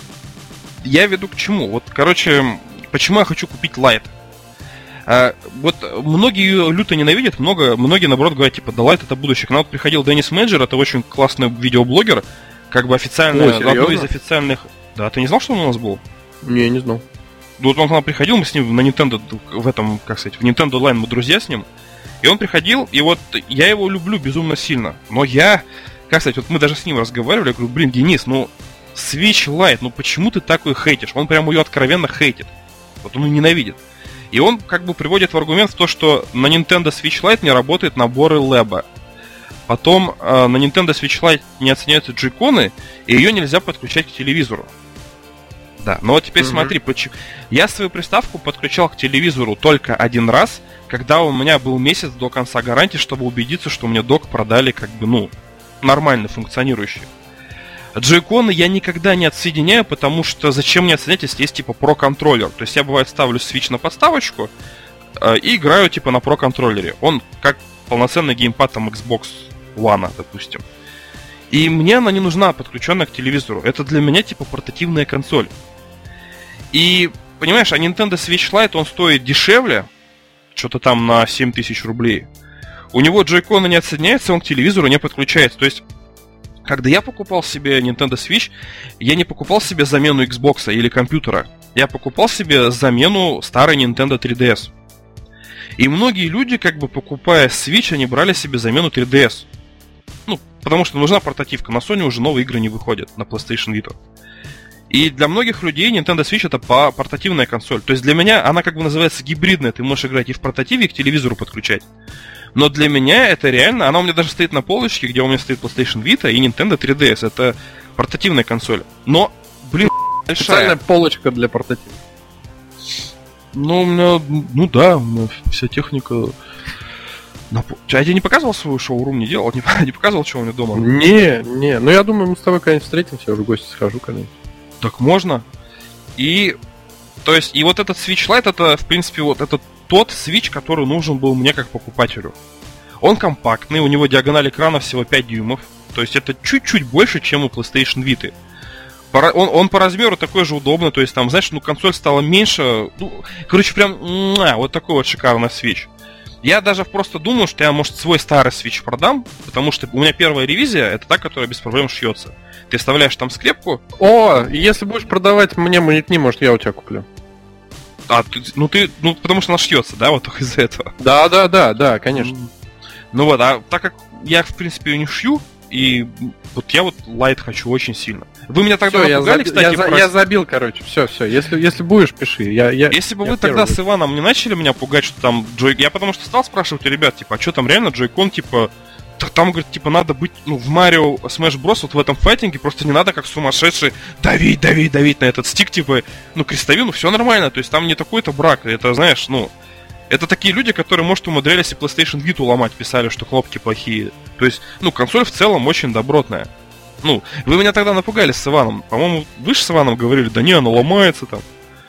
я веду к чему? Вот, короче... Почему я хочу купить Lite? А, вот многие ее люто ненавидят, много, многие, наоборот, говорят, типа, да Lite это будущее. К нам вот приходил Деннис Мэджер, это очень классный видеоблогер, как бы официально, одной из официальных... Да, ты не знал, что он у нас был? Не, не знал. Вот он к нам приходил, мы с ним на Nintendo, в этом, как сказать, в Nintendo Online мы друзья с ним, и он приходил, и вот я его люблю безумно сильно, но я, как сказать, вот мы даже с ним разговаривали, я говорю, блин, Денис, ну, Switch Lite, ну почему ты такой хейтишь? Он прям ее откровенно хейтит. Вот он ее ненавидит. И он как бы приводит в аргумент в то, что на Nintendo Switch Lite не работают наборы Лэба. Потом э, на Nintendo Switch Lite не оценяются джойконы, и ее нельзя подключать к телевизору. Да, но вот теперь mm-hmm. смотри, почему... Я свою приставку подключал к телевизору только один раз, когда у меня был месяц до конца гарантии, чтобы убедиться, что мне док продали как бы, ну, нормально функционирующий. Джойконы я никогда не отсоединяю, потому что зачем мне отсоединять, если есть типа Pro-контроллер? То есть я, бывает, ставлю Switch на подставочку э, и играю типа на Pro-контроллере. Он как полноценный геймпад там Xbox One, допустим. И мне она не нужна, подключенная к телевизору. Это для меня типа портативная консоль. И, понимаешь, а Nintendo Switch Lite, он стоит дешевле, что-то там на семь тысяч рублей. У него джойконы не отсоединяются, он к телевизору не подключается. То есть когда я покупал себе Nintendo Switch, я не покупал себе замену Xbox или компьютера. Я покупал себе замену старой Nintendo три ди эс. И многие люди, как бы покупая Switch, они брали себе замену три ди эс. Ну, потому что нужна портативка. На Sony уже новые игры не выходят, на PlayStation Vita. И для многих людей Nintendo Switch это портативная консоль. То есть для меня она как бы называется гибридная. Ты можешь играть и в портативе, и к телевизору подключать. Но для меня это реально... Она у меня даже стоит на полочке, где у меня стоит PlayStation Vita и Nintendo три ди эс. Это портативная консоль. Но, блин, большая. Специальная полочка для портатива. Ну, у меня... Ну да, у меня вся техника... На... А я тебе не показывал свою шоурум, не делал? Не, не показывал, что у меня дома? Не, не. Ну, я думаю, мы с тобой когда-нибудь встретимся, я уже в гости схожу когда-нибудь. Так можно. И... То есть, и вот этот Switch Lite, это, в принципе, вот этот тот Switch, который нужен был мне как покупателю. Он компактный, у него диагональ экрана всего пять дюймов. то есть это чуть-чуть больше, чем у PlayStation Vita. Он, он по размеру такой же удобный, то есть там, знаешь, ну консоль стала меньше, ну, короче, прям, муа, вот такой вот шикарный Switch. Я даже просто думал, что я, может, свой старый Switch продам, потому что у меня первая ревизия, это та, которая без проблем шьется. Ты вставляешь там скрепку. О, если будешь продавать мне маятни, может, я у тебя куплю. А, ты, ну ты, ну потому что она шьется, да, вот только из-за этого. Да, да, да, да, конечно. Ну вот, а так как я, в принципе, ее не шью, и вот я вот лайт хочу очень сильно. Вы меня тогда всё, напугали, я кстати, я, про... я забил, короче, все, все. Если, если будешь, пиши. Я, я, Если бы я вы тогда первый. с Иваном не начали меня пугать, что там Джой... Я потому что стал спрашивать у ребят, типа, а что там реально Joy-Con, типа... Там, говорит, типа, надо быть, ну, в Марио Smash Bros. Вот в этом файтинге просто не надо как сумасшедший давить, давить, давить на этот стик, типа, ну, крестовину, все нормально, то есть там не такой-то брак, это, знаешь, ну... Это такие люди, которые, может, умудрялись и PlayStation Vita ломать, писали, что кнопки плохие. То есть, ну, консоль в целом очень добротная. Ну, вы меня тогда напугали с Иваном. По-моему, вы же с Иваном говорили, да не, она ломается там.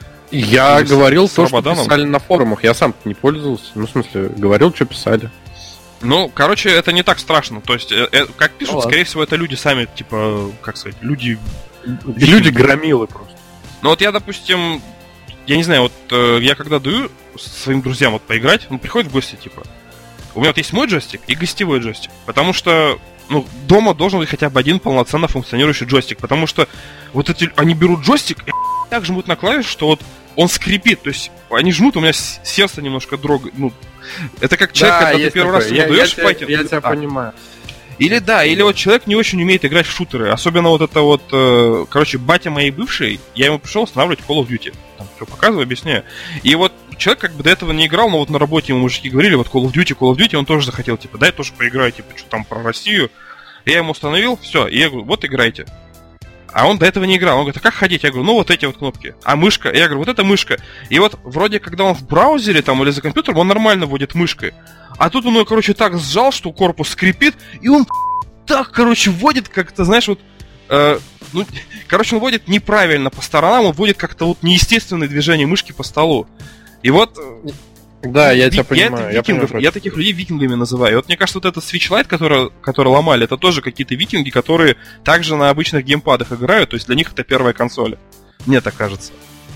Я Или говорил с, то, с что писали на форумах. Я сам не пользовался. Ну, в смысле, говорил, что писали. Ну, короче, это не так страшно. То есть, э, э, как пишут, ну, скорее всего, это люди сами, типа, как сказать, люди... Люди громилы просто. Ну, вот я, допустим... Я не знаю, вот э, я когда даю своим друзьям вот поиграть, ну, приходят в гости, типа, у меня вот есть мой джойстик и гостевой джойстик, потому что, ну, дома должен быть хотя бы один полноценно функционирующий джойстик, потому что вот эти, они берут джойстик и так жмут на клавишу, что вот он скрипит, то есть они жмут, у меня сердце немножко дрогает, ну, это как человек, да, когда ты первый такое. раз ему даешь я, файтинг. Я, я тебя а. понимаю. Или да, или вот человек не очень умеет играть в шутеры. Особенно вот это вот, э, короче, батя моей бывшей, я ему пришел устанавливать Call of Duty. Там все показываю, объясняю. И вот человек как бы до этого не играл, но вот на работе ему мужики говорили, вот Call of Duty, Call of Duty, он тоже захотел, типа, дай тоже поиграю, типа, что там про Россию. Я ему установил, все, и я говорю, вот играйте. А он до этого не играл. Он говорит, а как ходить? Я говорю, ну вот эти вот кнопки. А мышка? Я говорю, вот это мышка. И вот вроде, когда он в браузере там или за компьютером, он нормально вводит мышкой. А тут он ее, короче, так сжал, что корпус скрипит, и он так, короче, вводит как-то, знаешь, вот... Э, ну, короче, он вводит неправильно по сторонам, он вводит как-то вот неестественные движения мышки по столу. И вот... Да, я ви- тебя понимаю. Я, я, понимаю, я таких людей викингами называю. И вот мне кажется, вот этот Switch Lite, который, который ломали, это тоже какие-то викинги, которые также на обычных геймпадах играют, то есть для них это первая консоль. Мне так кажется.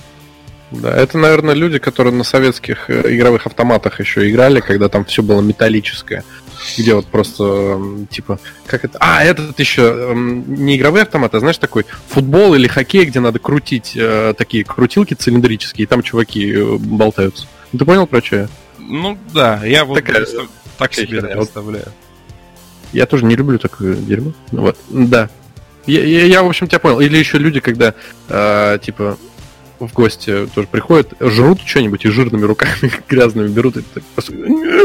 Да, это, наверное, люди, которые на советских игровых автоматах еще играли, когда там все было металлическое. Где вот просто, типа, как это... А, этот еще не игровые автоматы, а, знаешь, такой футбол или хоккей, где надо крутить э, такие крутилки цилиндрические, и там чуваки болтаются. Ты понял, про что я? Ну, да, я вот Такая, представ... так себе это я представляю. Я тоже не люблю такое дерьмо. Вот, да. Я, я, я, в общем, тебя понял. Или еще люди, когда, э, типа, в гости тоже приходят, жрут что-нибудь и жирными руками грязными берут. И так просто...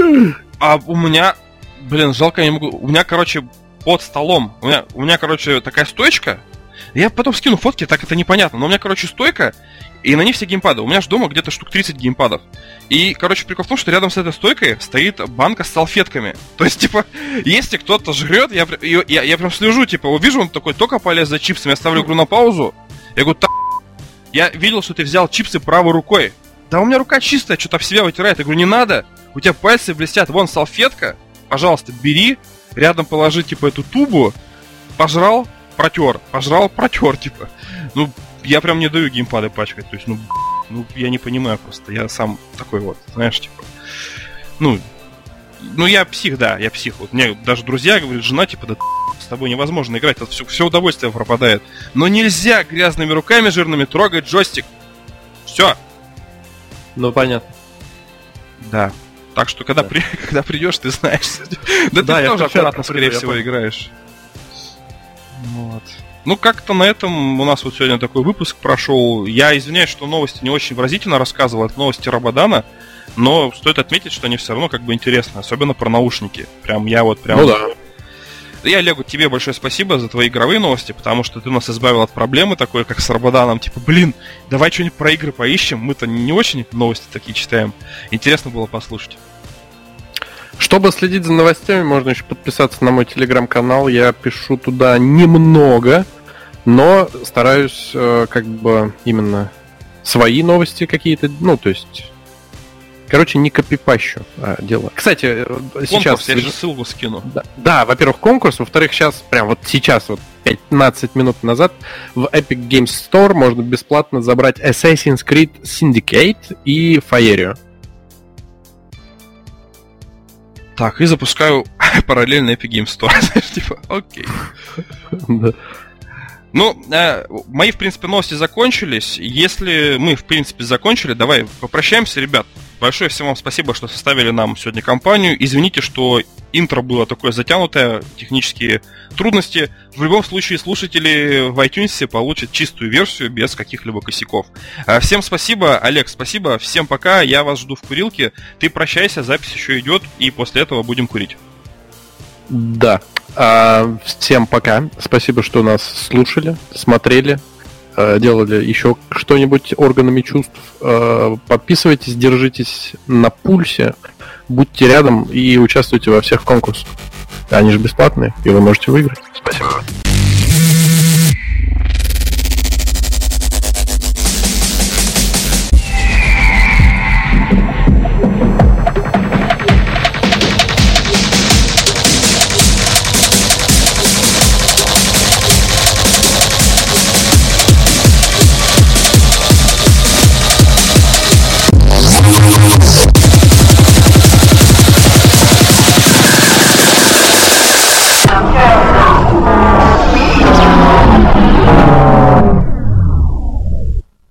А у меня... Блин, жалко, я не могу... У меня, короче, под столом. У меня, у меня, короче, такая стоечка. Я потом скину фотки, так это непонятно. Но у меня, короче, стойка, и на ней все геймпады. У меня же дома где-то штук тридцать геймпадов. И, короче, прикол в том, что рядом с этой стойкой стоит банка с салфетками. То есть, типа, если кто-то жрет, я, я, я прям слежу, типа, вижу, он такой, только полез за чипсами, я ставлю игру на паузу. Я говорю, та... Я видел, что ты взял чипсы правой рукой. Да у меня рука чистая, что-то в себя вытирает. Я говорю, не надо, у тебя пальцы блестят, вон салфетка. Пожалуйста, бери, рядом положи, типа, эту тубу, пожрал, протер, пожрал, протер, типа. Ну, я прям не даю геймпады пачкать, то есть, ну, ну, я не понимаю просто, я сам такой вот, знаешь, типа, ну, ну, я псих, да, я псих, вот мне даже друзья говорят, жена, типа, да с тобой невозможно играть, это все, все удовольствие пропадает, но нельзя грязными руками жирными трогать джойстик, все. Ну, понятно. Да. Так что, когда, да. при, когда придешь, ты знаешь. Да, да ты тоже аккуратно, скорее всего, понял. Играешь. Вот. Ну, как-то на этом у нас вот сегодня такой выпуск прошел. Я извиняюсь, что новости не очень выразительно рассказывал. Это новости Рабадана. Но стоит отметить, что они все равно как бы интересны. Особенно про наушники. Прям я вот прям... Ну да. И, Олегу, тебе большое спасибо за твои игровые новости, потому что ты нас избавил от проблемы такой, как с Рабаданом. Типа, блин, давай что-нибудь про игры поищем. Мы-то не очень новости такие читаем. Интересно было послушать. Чтобы следить за новостями, можно еще подписаться на мой телеграм-канал. Я пишу туда немного, но стараюсь э, как бы именно свои новости какие-то, ну, то есть Короче, не копипащу а дело. Кстати, Конкурс, сейчас... я же ссылку скину. Да, да, во-первых, конкурс, во-вторых, сейчас, прям вот сейчас, вот пятнадцать минут назад в Epic Games Store можно бесплатно забрать Assassin's Creed Syndicate и Faerio. Так, и запускаю параллельно Epic Games Store. Типа, окей. Да. Ну, э, мои, в принципе, новости закончились. Если мы, в принципе, закончили, давай попрощаемся, ребят. Большое всем вам спасибо, что составили нам сегодня компанию. Извините, что интро было такое затянутое, технические трудности. В любом случае, слушатели в iTunes получат чистую версию без каких-либо косяков. Всем спасибо, Олег, спасибо. Всем пока, я вас жду в курилке. Ты прощайся, запись еще идет, и после этого будем курить. Да. А, всем пока. Спасибо, что нас слушали, смотрели, делали еще что-нибудь органами чувств. Подписывайтесь, держитесь на пульсе, будьте рядом и участвуйте во всех конкурсах. Они же бесплатные, и вы можете выиграть. Спасибо.